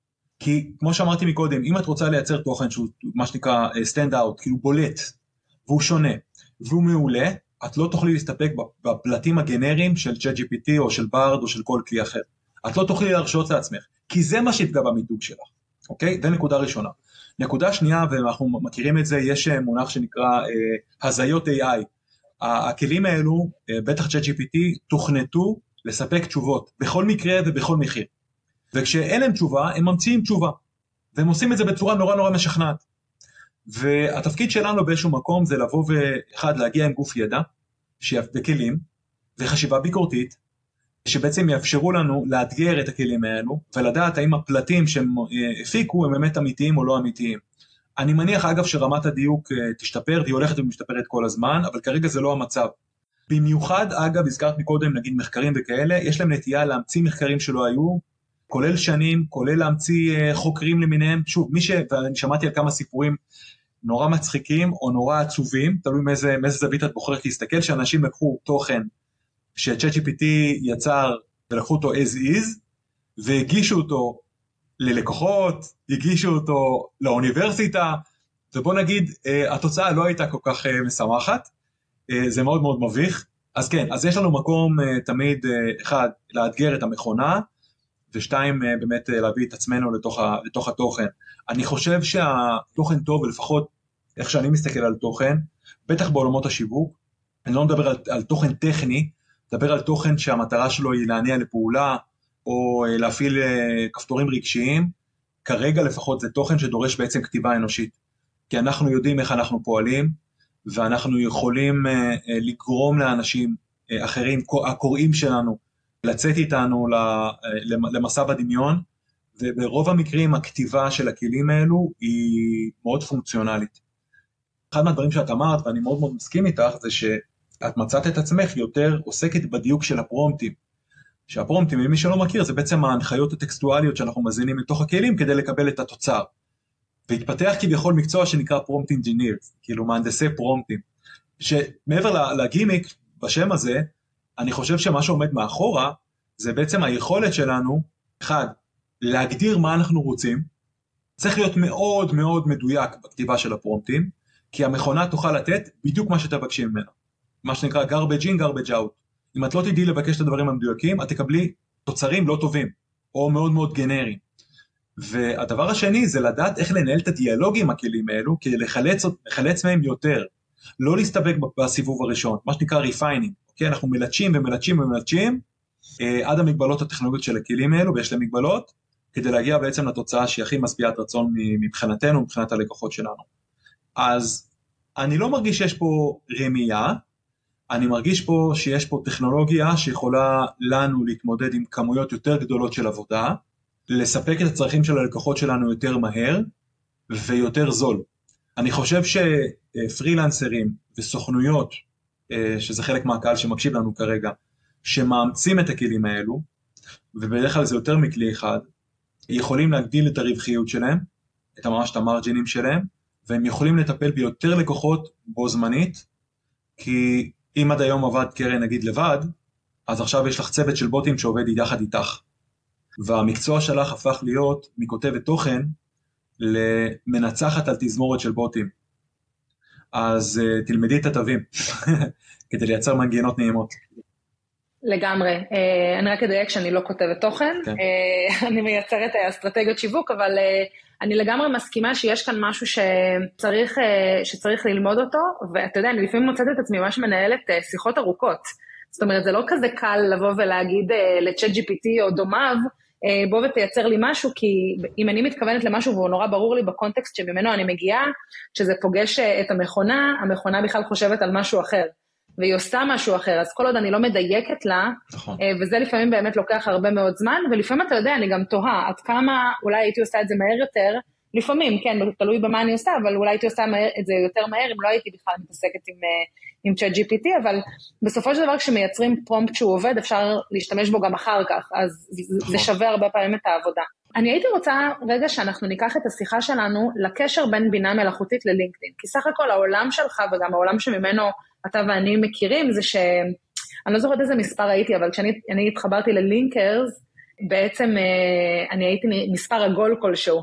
כי כמו שאמרתי מקודם, אם את רוצה לייצר תוכן שהוא מה שנקרא stand out, כאילו בולט, והוא שונה, והוא מעולה, את לא תוכלי להסתפק בפלטים הגנריים של ChatGPT או של BARD או של כל כלי אחר. את לא תוכלי להרשות לעצמך, כי זה מה שיפגע במיתוג שלך. אוקיי? זה נקודה ראשונה. נקודה שנייה, ואנחנו מכירים את זה, יש מונח שנקרא הזיות AI. הכלים האלו, בטח ChatGPT, תוכנתו לספק תשובות, בכל מקרה ובכל מחיר. וכשאין להם תשובה, הם ממציאים תשובה. והם עושים את זה בצורה נורא נורא משכנעת. והתפקיד שלנו באיזשהו מקום זה לבוא ואחד, להגיע עם גוף ידע, בכלים, וחשיבה ביקורתית, שבעצם יאפשרו לנו לאתגר את הכלים האלו, ולדעת האם הפלטים שהם הפיקו הם באמת אמיתיים או לא אמיתיים. אני מניח אגב שרמת הדיוק תשתפר, והיא הולכת ומשתפרת כל הזמן, אבל כרגע זה לא המצב. במיוחד, אגב, הזכרת מקודם, נגיד מחקרים וכאלה, יש להם נטייה להמציא מחקרים שלא היו, כולל שנים, כולל להמציא חוקרים למיניהם, שוב, ואני שמעתי על כמה סיפורים נורא מצחיקים או נורא עצובים, תלוי מאיזה זווית את בוחרת להסתכל, שאנשים לקחו תוכן ש-ChatGPT יצר ולקחו אותו as is, והגישו אותו ללקוחות, הגישו אותו לאוניברסיטה, ובוא נגיד, התוצאה לא הייתה כל כך משמחת, זה מאוד מאוד מביך, אז כן, אז יש לנו מקום תמיד, אחד, לאתגר את המכונה, ושתיים, באמת להביא את עצמנו לתוך התוכן. אני חושב שהתוכן טוב, ולפחות איך שאני מסתכל על תוכן, בטח בעולמות השיווק, אני לא מדבר על תוכן טכני, מדבר על תוכן שהמטרה שלו היא להניע לפעולה, או להפעיל כפתורים רגשיים, כרגע לפחות זה תוכן שדורש בעצם כתיבה אנושית, כי אנחנו יודעים איך אנחנו פועלים, ואנחנו יכולים לגרום לאנשים אחרים, הקוראים שלנו, לצאת איתנו למסע בדמיון, וברוב המקרים הכתיבה של הכלים האלו היא מאוד פונקציונלית. אחד מהדברים שאת אמרת, ואני מאוד מאוד מסכים איתך, זה שאת מצאת את עצמך יותר עוסקת בדיוק של הפרומפטים. שהפרומפטים, מי שלא מכיר, זה בעצם ההנחיות הטקסטואליות שאנחנו מזינים לתוך הכלים כדי לקבל את התוצר. והתפתח כביכול מקצוע שנקרא פרומפט אינג'יניר, כאילו מהנדסי פרומפטים. שמעבר לגימיק בשם הזה, אני חושב שמה שעומד מאחורה, זה בעצם היכולת שלנו, אחד, להגדיר מה אנחנו רוצים, צריך להיות מאוד מאוד מדויק בכתיבה של הפרומפטים, כי המכונה תוכל לתת בדיוק מה שתבקשים ממנה. מה שנקרא garbage in, garbage out. אם את לא תדעי לבקש את הדברים המדויקים, את תקבלי תוצרים לא טובים, או מאוד מאוד גנריים. והדבר השני זה לדעת איך לנהל את הדיאלוג עם הכלים האלו, כדי לחלץ מהם יותר. לא להסתפק בסיבוב הראשון, מה שנקרא refining. אוקיי? אנחנו מלטשים ומלטשים ומלטשים, עד המגבלות הטכנולוגיות של הכלים האלו, ויש להם מגבלות, כדי להגיע בעצם לתוצאה שהיא הכי משביעת רצון מבחינתנו, מבחינת הלקוחות שלנו. אז אני לא מרגיש שיש פה רמייה, אני מרגיש פה שיש פה טכנולוגיה שיכולה לנו להתמודד עם כמויות יותר גדולות של עבודה, לספק את הצרכים של הלקוחות שלנו יותר מהר ויותר זול. אני חושב שפרילנסרים וסוכנויות, שזה חלק מהקהל שמקשיב לנו כרגע, שמאמצים את הכלים האלו, ובדרך כלל זה יותר מכלי אחד, יכולים להגדיל את הרווחיות שלהם, ממש את המרג'ינים שלהם, והם יכולים לטפל ביותר לקוחות בו זמנית, כי אם עד היום עבד קרן נגיד לבד, אז עכשיו יש לך צוות של בוטים שעובד יחד איתך. והמקצוע שלך הפך להיות מכותבת תוכן למנצחת על תזמורת של בוטים. אז תלמדי את התווים, כדי לייצר מנגינות נעימות. לגמרי. אני רק אדייק שאני לא כותבת תוכן, כן. אני מייצרת אסטרטגיות שיווק, אבל אני לגמרי מסכימה שיש כאן משהו שצריך ללמוד אותו, ואתה יודע, אני לפעמים מוצאת את עצמי ממש מנהלת שיחות ארוכות. זאת אומרת, זה לא כזה קל לבוא ולהגיד לצ'אט GPT או דומיו, בוא ותייצר לי משהו, כי אם אני מתכוונת למשהו והוא נורא ברור לי בקונטקסט שממנו אני מגיעה, שזה פוגש את המכונה בכלל חושבת על משהו אחר, והיא עושה משהו אחר, אז כל עוד אני לא מדייקת לה, נכון. וזה לפעמים באמת לוקח הרבה מאוד זמן, ולפעמים אתה יודע, אני גם תוהה, עד כמה אולי הייתי עושה את זה מהר יותר, לפעמים, כן, תלוי במה אני עושה, אבל אולי הייתי עושה את זה יותר מהר, אם לא הייתי בכלל מתעסקת עם צ'אט GPT, אבל בסופו של דבר כשמייצרים פרומפט שהוא עובד, אפשר להשתמש בו גם אחר כך, אז זה שווה הרבה פעמים את העבודה. אני הייתי רוצה רגע שאנחנו ניקח את השיחה שלנו לקשר בין בינה מלאכותית ללינקדאין, כי סך הכל העולם שלך וגם העולם שממנו אתה ואני מכירים, זה שאני לא זוכרת איזה מספר הייתי, אבל כשאני התחברתי ללינקרס, בעצם אני הייתי מספר עגול כלשהו.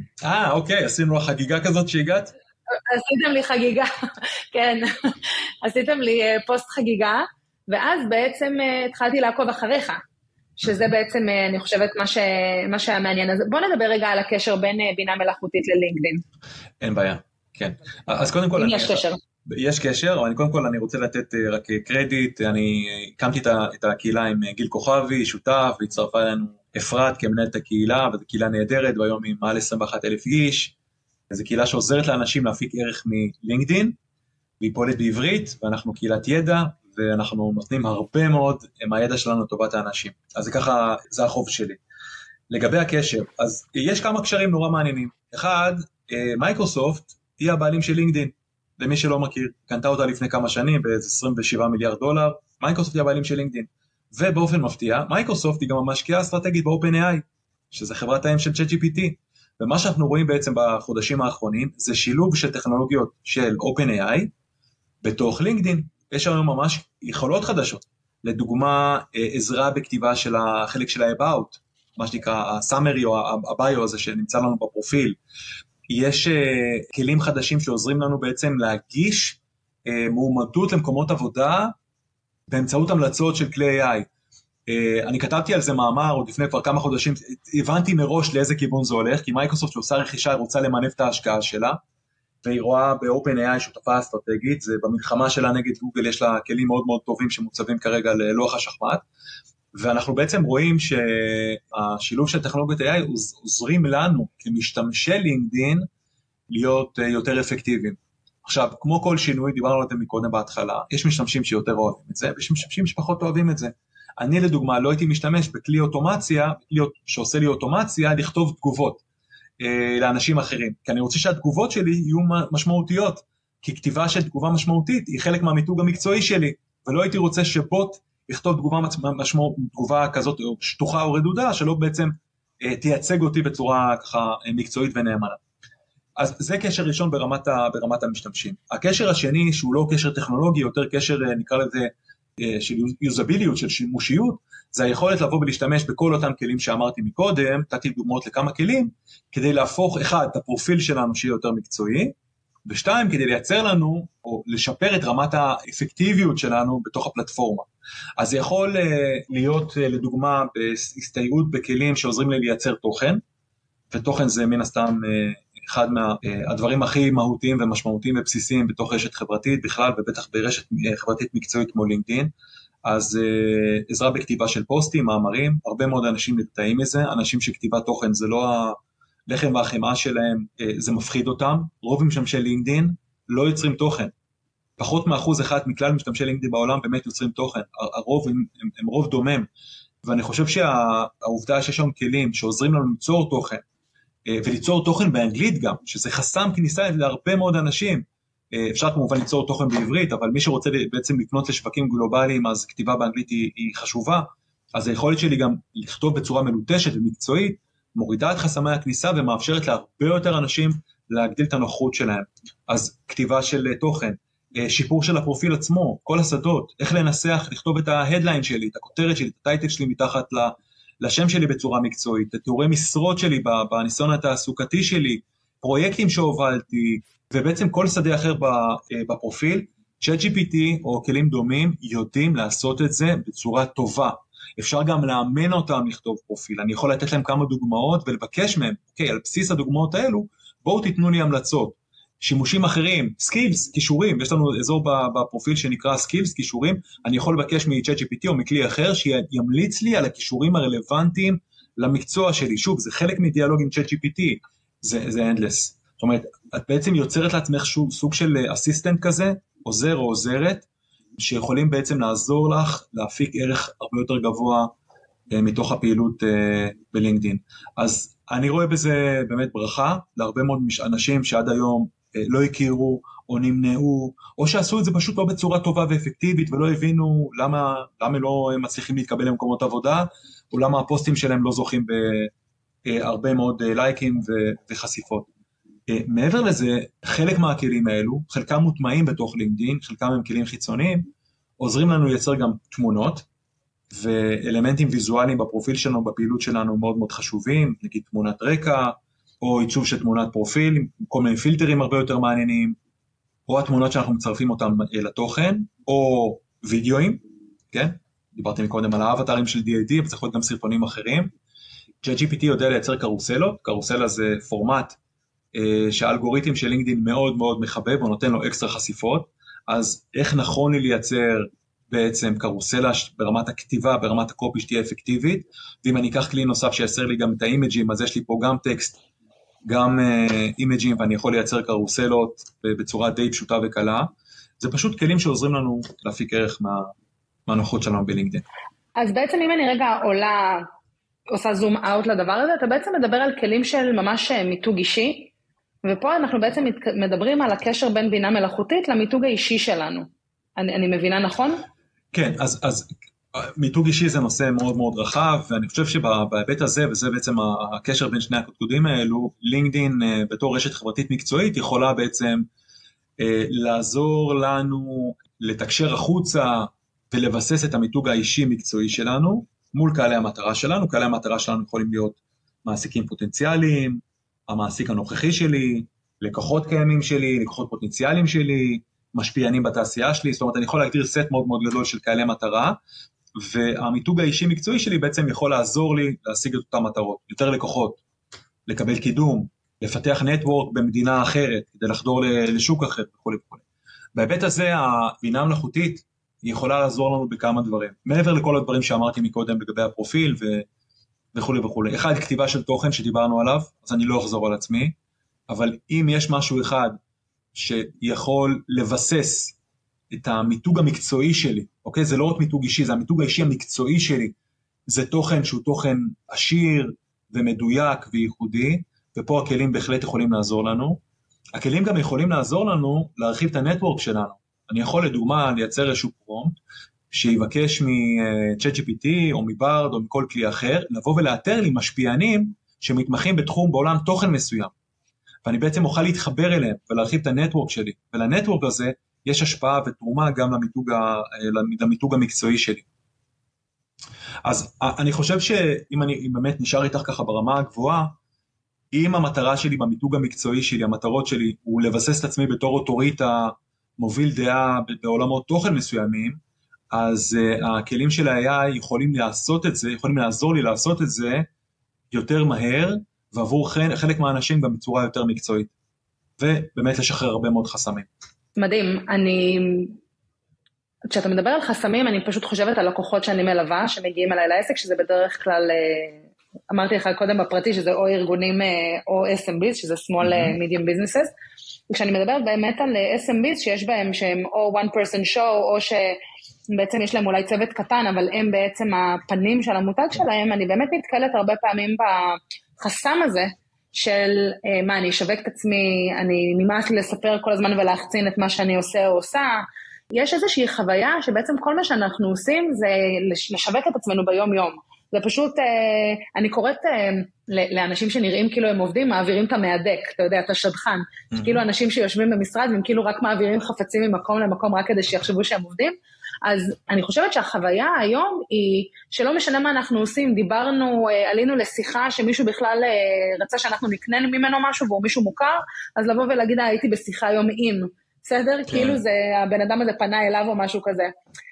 אוקיי, עשינו לך חגיגה כזאת שהגעת? עשיתם לי חגיגה, כן, עשיתם לי פוסט חגיגה, ואז בעצם התחלתי לעקוב אחריך, שזה בעצם, אני חושבת, מה שהיה מעניין. אז בוא נדבר רגע על הקשר בין בינה מלאכותית ללינקדאין. אין בעיה, כן. אז קודם כל... אם יש קשר. יש קשר, אבל קודם כל אני רוצה לתת רק קרדיט, אני הקמתי את הקהילה עם גיל כוכבי, שותף, והצטרפה אלינו אפרת כמנהלת הקהילה, וזו קהילה נהדרת, והיום היא מעל 21,000 איש, זו קהילה שעוזרת לאנשים להפיק ערך מלינקדאין, והיא פועלת בעברית, ואנחנו קהילת ידע, ואנחנו נותנים הרבה מאוד מהידע שלנו לטובת האנשים. אז זה ככה, זה החוב שלי. לגבי הקשר, אז יש כמה קשרים נורא מעניינים. אחד, מייקרוסופט היא הבעלים של לינקדאין. למי שלא מכיר, קנתה אותה לפני כמה שנים, באיזה 27 מיליארד דולר, מייקרוסופט היא הבעלים של לינקדאין. ובאופן מפתיע, מייקרוסופט היא גם המשקיעה אסטרטגית ב-OpenAI, שזה חברת האם של ChatGPT. ומה שאנחנו רואים בעצם בחודשים האחרונים, זה שילוב של טכנולוגיות של OpenAI, בתוך לינקדאין. יש היום ממש יכולות חדשות. לדוגמה, עזרה בכתיבה של החלק של ה-About, מה שנקרא ה-Summary או ה-Bio הזה שנמצא לנו בפרופיל. יש כלים חדשים שעוזרים לנו בעצם להגיש מועמדות למקומות עבודה באמצעות המלצות של כלי AI. אני כתבתי על זה מאמר עוד לפני כבר כמה חודשים, הבנתי מראש לאיזה כיוון זה הולך, כי מייקרוסופט שעושה רכישה רוצה למנף את ההשקעה שלה, והיא רואה ב-OpenAI שותפה אסטרטגית, זה במלחמה שלה נגד גוגל, יש לה כלים מאוד מאוד טובים שמוצבים כרגע ללוח השחמט, ואנחנו בעצם רואים שהשילוב של טכנולוגיות AI עוזרים לנו כמשתמשי לינקדאין להיות יותר אפקטיביים. עכשיו, כמו כל שינוי, דיברנו על זה מקודם בהתחלה, יש משתמשים שיותר אוהבים את זה, ויש משתמשים שפחות אוהבים את זה. אני לדוגמה לא הייתי משתמש בכלי אוטומציה, בכלי שעושה לי אוטומציה, לכתוב תגובות לאנשים אחרים, כי אני רוצה שהתגובות שלי יהיו משמעותיות, כי כתיבה של תגובה משמעותית היא חלק מהמיתוג המקצועי שלי, ולא הייתי רוצה שבוט לכתוב תגובה כזאת שטוחה או רדודה, שלא בעצם תייצג אותי בצורה ככה מקצועית ונאמנה. אז זה קשר ראשון ברמת המשתמשים. הקשר השני, שהוא לא קשר טכנולוגי, יותר קשר נקרא לזה של יוזביליות, של שימושיות, זה היכולת לבוא ולהשתמש בכל אותם כלים שאמרתי מקודם, נתתי דוגמאות לכמה כלים, כדי להפוך אחד, את הפרופיל שלנו שיהיה יותר מקצועי, ושתיים, כדי לייצר לנו, או לשפר את רמת האפקטיביות שלנו בתוך הפלטפורמה. אז זה יכול להיות, לדוגמה, בהסתייעות בכלים שעוזרים לי לייצר תוכן, ותוכן זה מן הסתם אחד מהדברים הכי מהותיים ומשמעותיים ובסיסיים בתוך רשת חברתית בכלל, ובטח ברשת חברתית מקצועית כמו לינקדאין. אז עזרה בכתיבה של פוסטים, מאמרים, הרבה מאוד אנשים נרתעים מזה, אנשים שכתיבת תוכן זה לא הלחם והחמאה שלהם, זה מפחיד אותם, רוב משתמשי לינקדין לא יוצרים תוכן, פחות מ1% מכלל משתמשי לינקדין בעולם באמת יוצרים תוכן, הרוב הם רוב דומם, ואני חושב שהעובדה שיש שם כלים שעוזרים לנו ליצור תוכן, וליצור תוכן באנגלית גם, שזה חסם כניסה להרבה מאוד אנשים, אפשר כמובן ליצור תוכן בעברית, אבל מי שרוצה בעצם לקנות לשווקים גלובליים, אז כתיבה באנגלית היא חשובה, אז היכולת שלי גם לכתוב בצורה מלוטשת ומקצועית, מורידה את חסמי הכניסה ומאפשרת להרבה יותר אנשים להגדיל את הנוחות שלהם. אז כתיבה של תוכן, שיפור של הפרופיל עצמו, כל השדות, איך לנסח, לכתוב את ההדליין שלי, את הכותרת שלי, את הטייטל שלי מתחת לשם שלי בצורה מקצועית, את תיאורי משרות שלי בניסיון התעסוקתי שלי, פרויקטים שהובלתי, ובעצם כל שדה אחר בפרופיל, ChatGPT או כלים דומים יודעים לעשות את זה בצורה טובה. אפשר גם לאמן אותם לכתוב פרופיל, אני יכול לתת להם כמה דוגמאות ולבקש מהם, אוקיי, על בסיס הדוגמאות האלו, בואו תיתנו לי המלצות. שימושים אחרים, סקילס, כישורים, יש לנו אזור בפרופיל שנקרא סקילס, כישורים, אני יכול לבקש מ-ChatGPT או מכלי אחר שימליץ לי על הכישורים הרלוונטיים למקצוע שלי. שוב, זה חלק מדיאלוג עם ChatGPT, זה endless. זאת אומרת, את בעצם יוצרת לעצמך סוג של אסיסטנט כזה, עוזר או עוזרת, שיכולים בעצם לעזור לך להפיק ערך הרבה יותר גבוה מתוך הפעילות בלינקדין. אז אני רואה בזה באמת ברכה, להרבה מאוד אנשים שעד היום לא הכירו או נמנעו, או שעשו את זה פשוט לא בצורה טובה ואפקטיבית, ולא הבינו למה לא מצליחים להתקבל למקומות עבודה, או למה הפוסטים שלהם לא זוכים בהרבה מאוד לייקים וחשיפות. מעבר לזה, חלק מהכלים האלו, חלקם מוטמעים בתוך לינקדין, חלקם הם כלים חיצוניים, עוזרים לנו לייצר גם תמונות, ואלמנטים ויזואליים בפרופיל שלנו, בפעילות שלנו מאוד מאוד חשובים, נגיד תמונת רקע, או עיצוב של תמונת פרופיל, כל מיני פילטרים הרבה יותר מעניינים, או התמונות שאנחנו מצרפים אותם לתוכן, או וידאוים, כן? דיברתי מקודם על האבטרים של DAD, אבל זה יכול להיות גם סרטונים אחרים. ChatGPT יודע לייצר קרוסלות, קרוסלה זה פורמט, שהאלגוריתם של לינקדין מאוד מאוד מחבב, הוא נותן לו אקסטרה חשיפות, אז איך נכון לי לייצר בעצם קרוסלה ברמת הכתיבה, ברמת הקופי שתהיה אפקטיבית, ואם אני אקח כלי נוסף שיעשר לי גם את האימג'ים, אז יש לי פה גם טקסט, גם אימג'ים, ואני יכול לייצר קרוסלות בצורה די פשוטה וקלה, זה פשוט כלים שעוזרים לנו להפיק ערך מהנוחות שלנו בלינקדין. אז בעצם אם אני רגע עושה זום אאוט לדבר הזה, אתה בעצם מדבר על כלים של ממש מיתוג אישי, ופה אנחנו בעצם מדברים על הקשר בין בינה מלאכותית למיתוג האישי שלנו. אני מבינה נכון? כן, אז מיתוג אישי זה נושא מאוד מאוד רחב, ואני חושב שבהיבט הזה, וזה בעצם הקשר בין שני הקודקודים האלו, לינקדין בתור רשת חברתית מקצועית יכולה בעצם לעזור לנו לתקשר החוצה ולבסס את המיתוג האישי מקצועי שלנו מול קהלי המטרה שלנו. קהלי המטרה שלנו יכולים להיות מעסיקים פוטנציאליים, המעסיק הנוכחי שלי, לקוחות קיימים שלי, לקוחות פוטנציאליים שלי, משפיענים בתעשייה שלי, זאת אומרת אני יכול להגדיר סט מאוד מאוד גדול של קהלי מטרה, והמיתוג האישי מקצועי שלי בעצם יכול לעזור לי להשיג את אותם מטרות, יותר לקוחות, לקבל קידום, לפתח נטוורק במדינה אחרת, כדי לחדור לשוק אחר וכו' וכו'. בהיבט הזה הבינה המלאכותית היא יכולה לעזור לנו בכמה דברים, מעבר לכל הדברים שאמרתי מקודם לגבי הפרופיל וכו' וכו'. אחד, כתיבה של תוכן שדיברנו עליו, אז אני לא אחזור על עצמי, אבל אם יש משהו אחד שיכול לבסס את המיתוג המקצועי שלי, אוקיי? זה לא רק מיתוג אישי, זה המיתוג האישי המקצועי שלי, זה תוכן שהוא תוכן עשיר ומדויק וייחודי, ופה הכלים בהחלט יכולים לעזור לנו. הכלים גם יכולים לעזור לנו להרחיב את הנטוורק שלנו. אני יכול לדוגמה לייצר איזשהו פרומפט, שיבקש מ-ChatGPT או מברד או מכל כלי אחר, לבוא ולאתר לי משפיענים שמתמחים בתחום בעולם תוכן מסוים. ואני בעצם אוכל להתחבר אליהם ולהרחיב את הנטוורק שלי, ולנטוורק הזה יש השפעה ותרומה גם למיתוג המקצועי שלי. אז אני חושב שאם אני באמת נשאר איתך ככה ברמה הגבוהה, אם המטרה שלי במיתוג המקצועי שלי, המטרות שלי, הוא לבסס את עצמי בתור אוטוריטה, מוביל דעה בעולמות תוכן מסוימים, אז הכלים של ה-AI יכולים לעשות את זה, יכולים לעזור לי לעשות את זה יותר מהר, ועבור חלק מהאנשים גם בצורה יותר מקצועית, ובאמת לשחרר הרבה מאוד חסמים. מדהים, כשאתה מדבר על חסמים, אני פשוט חושבת על לקוחות שאני מלווה, שמגיעים אליי לעסק, שזה בדרך כלל, אמרתי לך קודם בפרטי, שזה או ארגונים או SMBs, שזה small medium businesses, וכשאני מדברת באמת על SMBs, שיש בהם שהם או one person show, או שבעצם יש להם אולי צוות קטן, אבל הם בעצם הפנים של המותג שלהם, אני באמת נתקלת הרבה פעמים בחסם הזה, של מה, אני אשווק את עצמי, אני נמאס לי לספר כל הזמן ולהחצין את מה שאני עושה או עושה, יש איזושהי חוויה שבעצם כל מה שאנחנו עושים זה לשווק את עצמנו ביום יום. זה פשוט, אני קוראת לאנשים שנראים כאילו הם עובדים, מעבירים את המהדק, אתה יודע, את השדכן. כאילו אנשים שיושבים במשרד והם כאילו רק מעבירים חפצים ממקום למקום רק כדי שיחשבו שהם עובדים. אז אני חושבת שהחוויה היום היא שלא משנה מה אנחנו עושים, דיברנו, עלינו לשיחה שמישהו בכלל רצה שאנחנו נקנה ממנו משהו והוא מישהו מוכר, אז לבוא ולהגיד, הייתי בשיחה היום עם, בסדר? כן. כאילו זה, הבן אדם הזה פנה אליו או משהו כזה.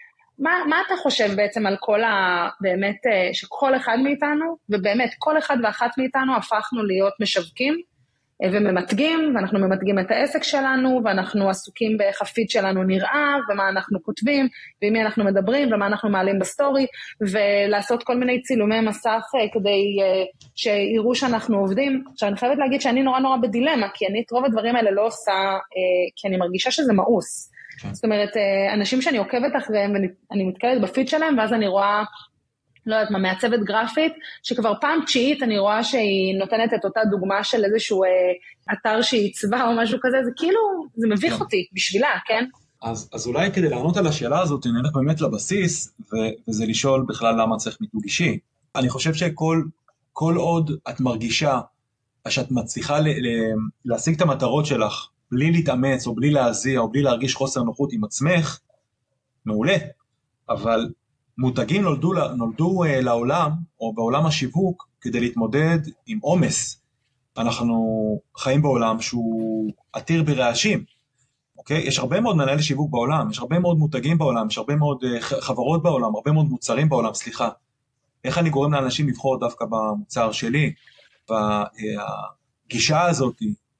מה אתה חושב בעצם על כל באמת, שכל אחד מאיתנו, ובאמת כל אחד ואחת מאיתנו הפכנו להיות משווקים, וממתגים, ואנחנו ממתגים את העסק שלנו, ואנחנו עסוקים באיך הפיד שלנו נראה, ומה אנחנו כותבים, ועם מי אנחנו מדברים, ומה אנחנו מעלים בסטורי, ולעשות כל מיני צילומי מסך כדי שיראו שאנחנו עובדים. עכשיו, אני חייבת להגיד שאני נורא נורא בדילמה, כי אני את רוב הדברים האלה לא עושה, כי אני מרגישה שזה מאוס. זאת אומרת, אנשים שאני עוקבת אחריהם, ואני מתקלת בפיד שלהם, ואז אני רואה, לא יודעת מה, מעצבת גרפית, שכבר פעם תשיעית אני רואה שהיא נותנת את אותה דוגמה של איזשהו אתר שהיא עיצבה או משהו כזה, זה כאילו, זה מביך אותי בשבילה, כן? אז אולי כדי לענות על השאלה הזאת, נלך באמת לבסיס, וזה לשאול בכלל למה צריך מיתוג אישי. אני חושב שכל עוד את מרגישה שאת מצליחה להשיג את המטרות שלך, בלי להתאמץ או בלי להזיע או בלי להרגיש חוסר נוחות עם עצמך, מעולה, אבל מותגים נולדו לעולם, או בעולם השיווק, כדי להתמודד עם עומס. אנחנו חיים בעולם שהוא עתיר ברעשים, אוקיי? יש הרבה מאוד מנהלי שיווק בעולם, יש הרבה מאוד מותגים בעולם, יש הרבה מאוד חברות בעולם, הרבה מאוד מוצרים בעולם, סליחה. איך אני גורם לאנשים לבחור דווקא במוצר שלי? והגישה הזאת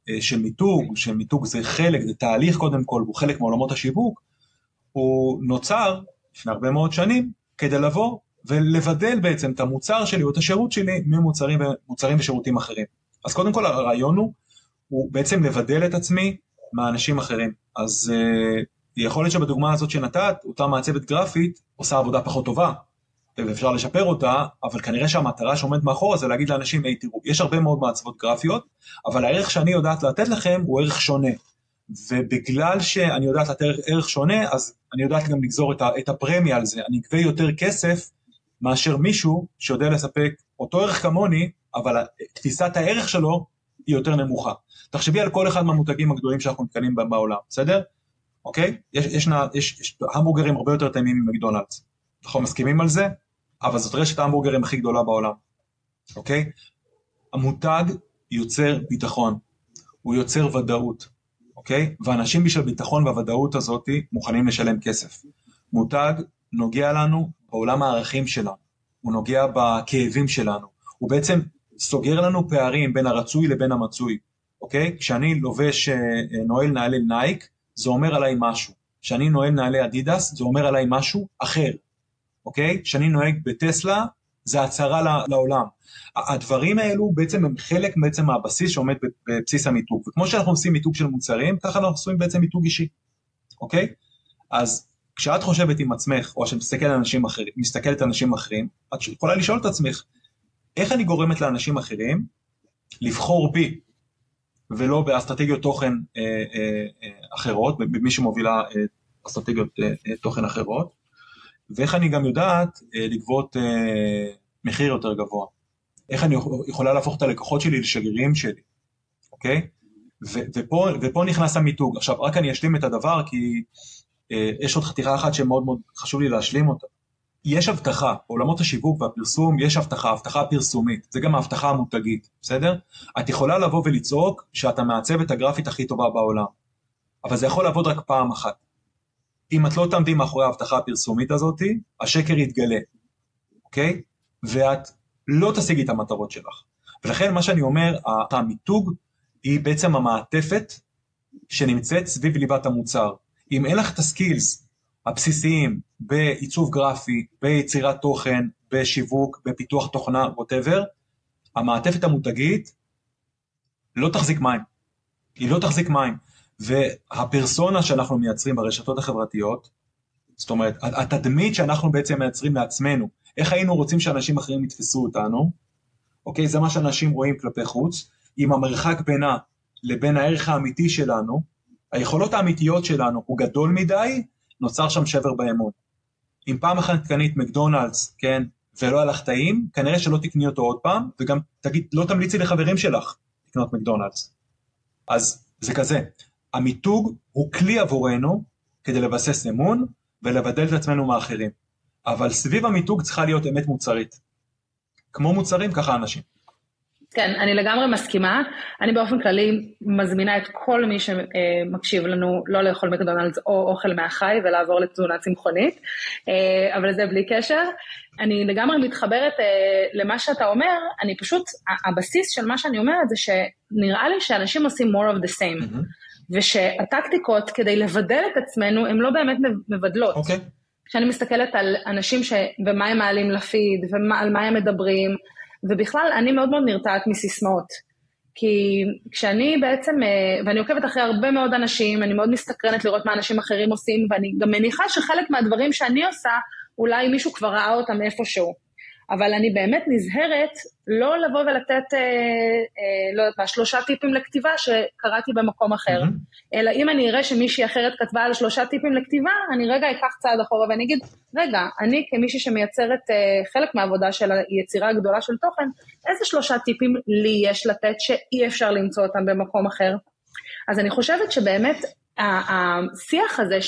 שמיתוג זה חלק, זה תהליך קודם כל, הוא חלק מעולמות השיווק, הוא נוצר לפני הרבה מאוד שנים, כדי לבוא ולבדל בעצם את המוצר שלי או את השירות שלי ממוצרים ושירותים אחרים. אז קודם כל הרעיון הוא בעצם לבדל את עצמי מהאנשים אחרים. אז יכול להיות שבדוגמה הזאת שנתת, אותה מעצבת גרפית עושה עבודה פחות טובה, ואפשר לשפר אותה, אבל כנראה שהמטרה שעומד מאחורה זה להגיד לאנשים, תראו, יש הרבה מאוד מעצבות גרפיות, אבל הערך שאני יודעת לתת לכם הוא ערך שונה. ובגלל שאני יודעת לתת ערך שונה, אז אני יודעת גם לגזור את הפרמיה על זה. אני אגבה יותר כסף מאשר מישהו שיודע לספק אותו ערך כמוני, אבל תפיסת הערך שלו היא יותר נמוכה. תחשבי על כל אחד מהמותגים הגדולים שאנחנו מתקנים בעולם, בסדר? אוקיי? יש המבורגרים הרבה יותר טעימים ממקדונלדס. אנחנו מסכימים על זה, אבל זאת רשת ההמבורגרים הכי גדולה בעולם. אוקיי? המותג יוצר ביטחון, הוא יוצר ודאות. אוקיי? ואנשים בשביל ביטחון והוודאות הזאת מוכנים לשלם כסף. מותג נוגע לנו בעולם הערכים שלנו, הוא נוגע בכאבים שלנו, הוא בעצם סוגר לנו פערים בין הרצוי לבין המצוי, אוקיי? כשאני לובש נועל נעלי נייק, זה אומר עליי משהו. כשאני נועל נעלי אדידס, זה אומר עליי משהו אחר, אוקיי? כשאני נוהג בטסלה, זה הצהרה לעולם. הדברים האלו בעצם הם חלק בעצם מהבסיס שעומד בבסיס המיתוג, וכמו שאנחנו עושים מיתוג של מוצרים, ככה אנחנו עושים בעצם מיתוג אישי, אוקיי? אז כשאת חושבת עם עצמך, או שאת מסתכלת על אנשים אחרים, את יכולה לשאול את עצמך, איך אני גורמת לאנשים אחרים לבחור בי, ולא באסטרטגיות תוכן אחרות, במי שמובילה אסטרטגיות תוכן אחרות, ואיך אני גם יודעת לגבות מחיר יותר גבוה. איך אני יכולה להפוך את הלקוחות שלי לשגרירים שלי, אוקיי? ופה נכנס המיתוג. עכשיו, רק אני אשלים את הדבר, כי יש עוד חתיכה אחת שמאוד מאוד חשוב לי להשלים אותה. יש הבטחה, בעולמות השיווק והפרסום, יש הבטחה פרסומית, זה גם ההבטחה המותגית, בסדר? את יכולה לבוא ולצעוק שאתה מעצב את הגרפית הכי טובה בעולם, אבל זה יכול לעבוד רק פעם אחת. אם את לא תעמדי מאחורי ההבטחה הפרסומית הזאת, השקר יתגלה, אוקיי? ואת לא תשיגי את המטרות שלך. ולכן מה שאני אומר, המיתוג היא בעצם המעטפת שנמצאת סביב ליבת המוצר. אם אין לך את הסקילס הבסיסיים בעיצוב גרפי, ביצירת תוכן, בשיווק, בפיתוח תוכנה, whatever, המעטפת המותגית לא תחזיק מים. היא לא תחזיק מים. והפרסונה שאנחנו מייצרים ברשתות החברתיות, זאת אומרת, התדמית שאנחנו בעצם מייצרים לעצמנו, איך היינו רוצים שאנשים אחרים יתפסו אותנו, אוקיי? זה מה שאנשים רואים כלפי חוץ, עם המרחק בינה לבין הערך האמיתי שלנו, היכולות האמיתיות שלנו הוא גדול מדי, נוצר שם שבר באמון. אם פעם אחת קנית מקדונלדס, כן, ולא הלך טעים, כנראה שלא תקני אותו עוד פעם, וגם תגיד, לא תמליצי לחברים שלך לקנות מקדונלדס. אז זה כזה, המיתוג הוא כלי עבורנו, כדי לבסס אמון, ולבדל את עצמנו מאחרים. אבל סביב המיתוג צריכה להיות אמת מוצרית. כמו מוצרים, ככה אנשים. כן, אני לגמרי מסכימה. אני באופן כללי מזמינה את כל מי שמקשיב לנו לא לאכול מקדונלדס או אוכל מהחי ולעבור לתזונה צמחונית, אבל זה בלי קשר. אני לגמרי מתחברת למה שאתה אומר, אני פשוט, הבסיס של מה שאני אומרת זה שנראה לי שאנשים עושים more of the same, ושהטקטיקות כדי לבדל את עצמנו הן לא באמת מבדלות. אוקיי. כשאני מסתכלת על אנשים ומה הם מעלים לפיד, ועל מה הם מדברים, ובכלל אני מאוד מאוד נרתעת מסיסמאות, כי כשאני בעצם, ואני עוקבת אחרי הרבה מאוד אנשים, אני מאוד מסתקרנת לראות מה אנשים אחרים עושים, ואני גם מניחה שחלק מהדברים שאני עושה, אולי מישהו כבר ראה אותם איפשהו, אבל אני באמת נזהרת לא לבוא ולתת, לא יודעת מה, 3 טיפים לכתיבה שקראתי במקום אחר, אלא אם אני אראה שמישהי אחרת כתבה על 3 טיפים לכתיבה, אני רגע אקח צעד אחורה ואני אגיד, רגע, אני כמישהי שמייצרת חלק מהעבודה של היצירה הגדולה של תוכן, איזה 3 טיפים לי יש לתת שאי אפשר למצוא אותם במקום אחר? אז אני חושבת שבאמת השיח הזה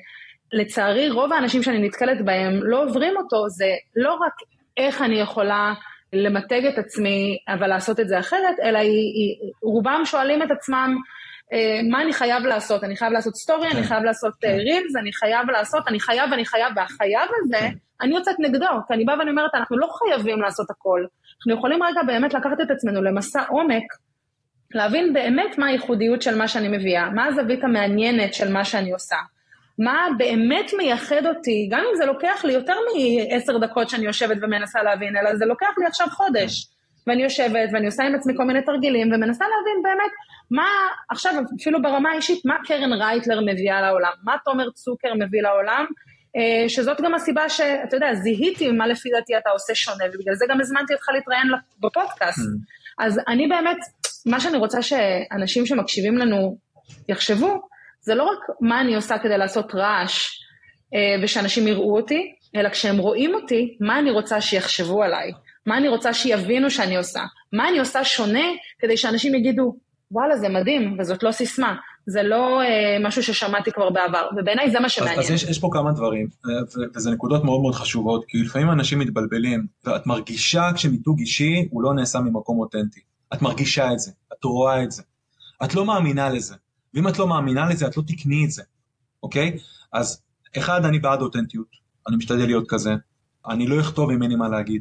שלצערי רוב האנשים שאני נתקלת בהם לא עוברים אותו, זה לא רק איך אני יכולה למתג את עצמי, אבל לעשות את זה אחרת, אלא רובם שואלים את עצמם, מה אני חייב לעשות? אני חייב לעשות סטורי, אני חייב לעשות רילס, אני חייב לעשות, אני חייב, והחייב הזה, אני יוצאת נגדו, כי אני באה ואני אומרת, אנחנו לא חייבים לעשות הכל, אנחנו יכולים רגע באמת לקחת את עצמנו למסע עומק, להבין באמת מה הייחודיות של מה שאני מביאה, מה הזווית המעניינת של מה שאני עושה, מה באמת מייחד אותי, גם אם זה לוקח לי יותר מ10 דקות שאני יושבת ומנסה להבין, אלא זה לוקח לי עכשיו חודש, ואני יושבת ואני עושה עם עצמי כל מיני תרגילים, ומנסה להבין באמת מה, עכשיו אפילו ברמה האישית, מה קרן רייטלר מביאה לעולם, מה תומר צוקר מביא לעולם, שזאת גם הסיבה שאתה יודע, זיהיתי מה לפי דעתי אתה עושה שונה, ובגלל זה גם הזמנתי אותך להתראיין בפודקאסט. אז אני באמת, מה שאני רוצה שאנשים שמקשיבים לנו יחשבו, זה לא רק מה אני עושה כדי לעשות רעש, ושאנשים יראו אותי, אלא כשהם רואים אותי, מה אני רוצה שיחשבו עליי, מה אני רוצה שיבינו שאני עושה, מה אני עושה שונה, כדי שאנשים יגידו, וואלה זה מדהים, וזאת לא סיסמה, זה לא משהו ששמעתי כבר בעבר, ובעיניי זה מה שמעניין. אז יש פה כמה דברים, וזה נקודות מאוד מאוד חשובות, כי לפעמים אנשים מתבלבלים, ואת מרגישה כשמיתוג אישי, הוא לא נעשה ממקום אותנטי. את מרגישה את זה, את רואה את זה, את לא מאמינה לזה, ואם את לא מאמינה לזה, את לא תקני את זה, אוקיי? אז אחד, אני בעד אותנטיות, אני משתדל להיות כזה, אני לא אכתוב אם אין לי מה להגיד,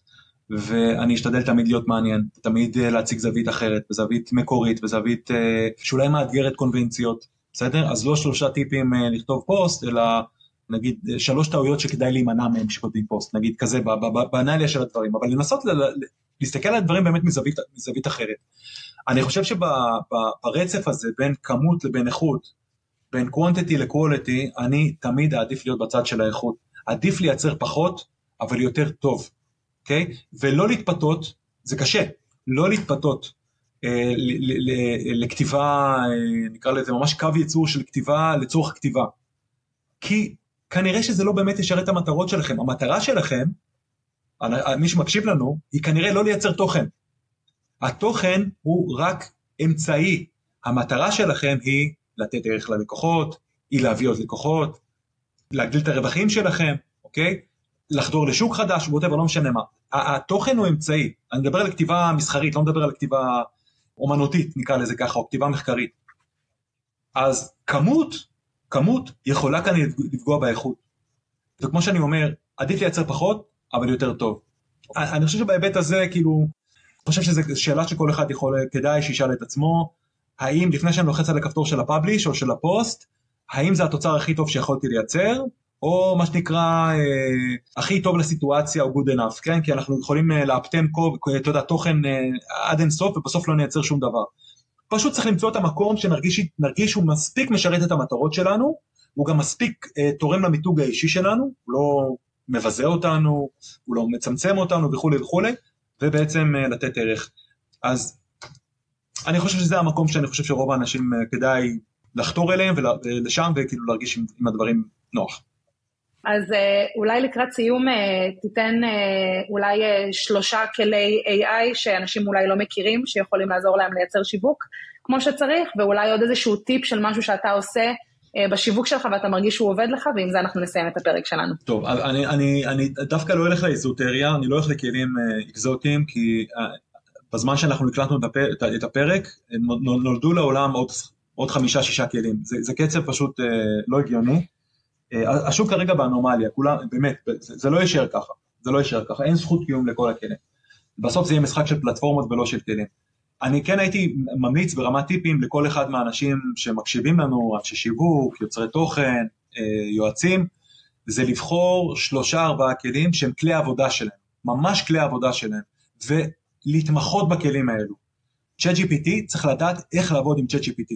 ואני אשתדל תמיד להיות מעניין, תמיד להציג זווית אחרת, בזווית מקורית, בזווית שאולי מאתגרת קונבנציות, בסדר? אז לא 3 טיפים לכתוב פוסט, אלא נגיד 3 טעויות שכדאי להימנע מהם שכותבים פוסט, נגיד כזה באנליה של הדברים, אבל לנסות להסתכל על הדברים באמת מזווית אחרת. אני חושב שברצף הזה, בין כמות לבין איכות, בין quantity ל-quality, אני תמיד אעדיף להיות בצד של האיכות, עדיף לייצר פחות, אבל יותר טוב. Okay? ולא להתפתות, זה קשה, לא להתפתות לכתיבה, נקרא לזה ממש קו ייצור של כתיבה לצורך כתיבה. כי כנראה שזה לא באמת ישרת את המטרות שלכם. המטרה שלכם, מי שמקשיב לנו, היא כנראה לא לייצר תוכן. התוכן הוא רק אמצעי. המטרה שלכם היא לתת ערך ללקוחות, היא להביא עוד לקוחות, להגדיל את הרווחים שלכם, אוקיי? לחדור לשוק חדש, whatever, לא משנה מה. התוכן הוא אמצעי, אני מדבר על כתיבה מסחרית, לא מדבר על כתיבה אומנותית, נקרא לזה ככה, או כתיבה מחקרית. אז כמות יכולה כאן לפגוע באיכות. וכמו שאני אומר, עדיף לייצר פחות, אבל יותר טוב. אני חושב שבהיבט הזה, כאילו, אני חושב שזו שאלה שכל אחד כדאי שישאל את עצמו, האם לפני שאני לוחץ על הכפתור של הפאבליש או של הפוסט, האם זה התוצר הכי טוב שיכולתי לייצר, או מה שנקרא הכי טוב לסיטואציה או good enough, כן? כי אנחנו יכולים לאפטם תוכן עד אין סוף ובסוף לא נייצר שום דבר. פשוט צריך למצוא את המקום שנרגיש שהוא מספיק משרת את המטרות שלנו, הוא גם מספיק תורם למיתוג האישי שלנו, הוא לא מבזה אותנו, הוא לא מצמצם אותנו וכו' וכו', ובעצם לתת ערך. אז אני חושב שזה המקום שאני חושב שרוב האנשים כדאי לחתור אליהם ולשם וכאילו להרגיש עם הדברים נוח. אז אולי לקראת סיום תיתן אולי 3 כלי AI שאנשים אולי לא מכירים, שיכולים לעזור להם לייצר שיווק כמו שצריך, ואולי עוד איזשהו טיפ של משהו שאתה עושה בשיווק שלך ואתה מרגיש שהוא עובד לך, ועם זה אנחנו נסיים את הפרק שלנו. טוב, אני דווקא לא הולך לאזוטריה, אני לא הולך לכלים אקזוטיים, כי בזמן שאנחנו הקלטנו את הפרק, נולדו לעולם עוד 5-6 כלים. זה קצב פשוט לא הגיוני. השוק כרגע באנומליה, כולם, באמת, זה לא יישאר ככה, אין זכות קיום לכל הכלים. בסוף זה יהיה משחק של פלטפורמות ולא של כלים. אני כן הייתי ממליץ ברמת טיפים לכל אחד מהאנשים שמקשיבים לנו, אנשי שיווק, יוצרי תוכן, יועצים, זה לבחור 3-4 כלים שהם כלי העבודה שלהם, ממש כלי העבודה שלהם, ולהתמחות בכלים האלו. ChatGPT צריך לדעת איך לעבוד עם ChatGPT.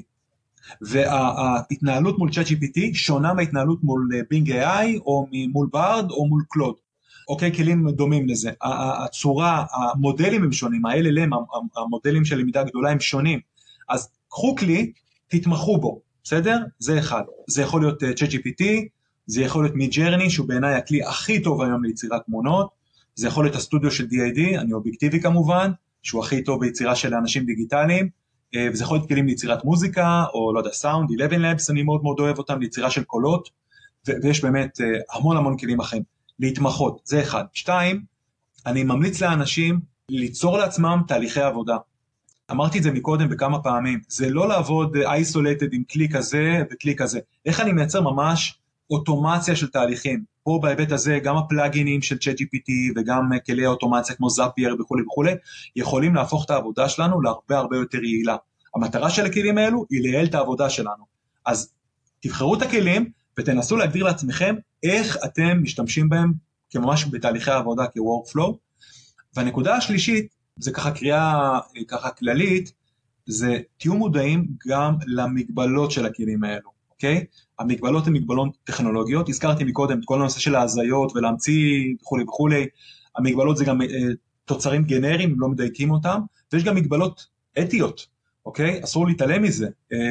וההתנהלות מול ChatGPT שונה מההתנהלות מול Bing AI, או מול Bard, או מול Claude. אוקיי, כלים דומים לזה. הצורה, המודלים הם שונים, ה-LLM, המודלים של למידה גדולה הם שונים. אז קחו כלי, תתמחו בו, בסדר? זה אחד. זה יכול להיות ChatGPT, זה יכול להיות Midjourney, שהוא בעיניי הכלי הכי טוב היום ליצירת תמונות, זה יכול להיות הסטודיו של DID, אני אובייקטיבי כמובן, שהוא הכי טוב ביצירה של אנשים דיגיטליים, וזה יכול להיות כלים ליצירת מוזיקה, או לא יודע, סאונד, 11 Labs, אני מאוד מאוד אוהב אותם ליצירה של קולות, ויש באמת המון כלים אחרים. להתמחות, זה אחד. 2, אני ממליץ לאנשים ליצור לעצמם תהליכי עבודה. אמרתי את זה מקודם בכמה פעמים, זה לא לעבוד isolated עם כלי כזה וכלי כזה. איך אני מייצר ממש אוטומציה של תהליכים? פה בהיבט הזה גם הפלאגינים של ChatGPT וגם כלי האוטומציה כמו זאפייר וכו' וכו', יכולים להפוך את העבודה שלנו להרבה יותר יעילה. המטרה של הכלים האלו היא לייעל את העבודה שלנו. אז תבחרו את הכלים ותנסו להגדיר לעצמכם איך אתם משתמשים בהם כממש בתהליכי העבודה כ-workflow. והנקודה השלישית, זה ככה קריאה ככה כללית, זה תהיו מודעים גם למגבלות של הכלים האלו, אוקיי? המגבלות הן מגבלות טכנולוגיות, הזכרתי מקודם את כל הנושא של ההזיות ולהמציא וכו'. המגבלות זה גם תוצרים גנריים, לא מדייקים אותם, ויש גם מגבלות אתיות, אוקיי? אסור להתעלם מזה.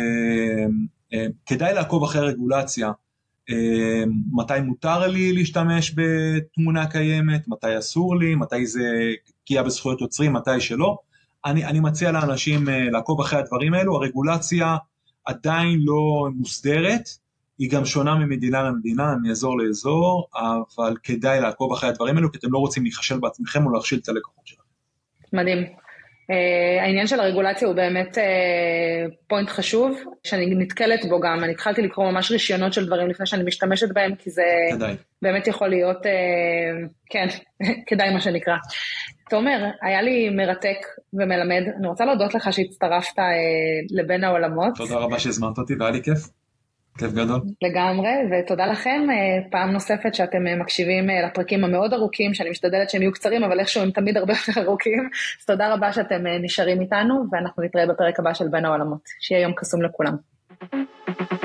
כדאי לעקוב אחרי רגולציה, מתי מותר לי להשתמש בתמונה קיימת, מתי אסור לי, מתי זה פגיעה בזכויות יוצרים, מתי שלא. אני מציע לאנשים לעקוב אחרי הדברים האלו, הרגולציה עדיין לא מוסדרת, היא גם שונה ממדינה למדינה, מאזור לאזור, אבל כדאי לעקוב אחרי הדברים האלו, כי אתם לא רוצים להיחשל בעצמכם או להכשיל את הלקוחות שלכם. מדהים. העניין של הרגולציה הוא באמת פוינט חשוב, שאני נתקלת בו גם, אני התחלתי לקרוא ממש רישיונות של דברים לפני שאני משתמשת בהם, כי זה באמת יכול להיות, כן, כדאי מה שנקרא. תומר, היה לי מרתק ומלמד, אני רוצה להודות לך שהצטרפת לבין העולמות. תודה רבה שהזמנת אותי, והיה לי כיף. כיף גדול. לגמרי, ותודה לכם פעם נוספת שאתם מקשיבים לפרקים המאוד ארוכים, שאני משתדלת שהם יהיו קצרים, אבל איכשהו הם תמיד הרבה יותר ארוכים. אז תודה רבה שאתם נשארים איתנו, ואנחנו נתראה בפרק הבא של בין העולמות. שיהיה יום קסום לכולם.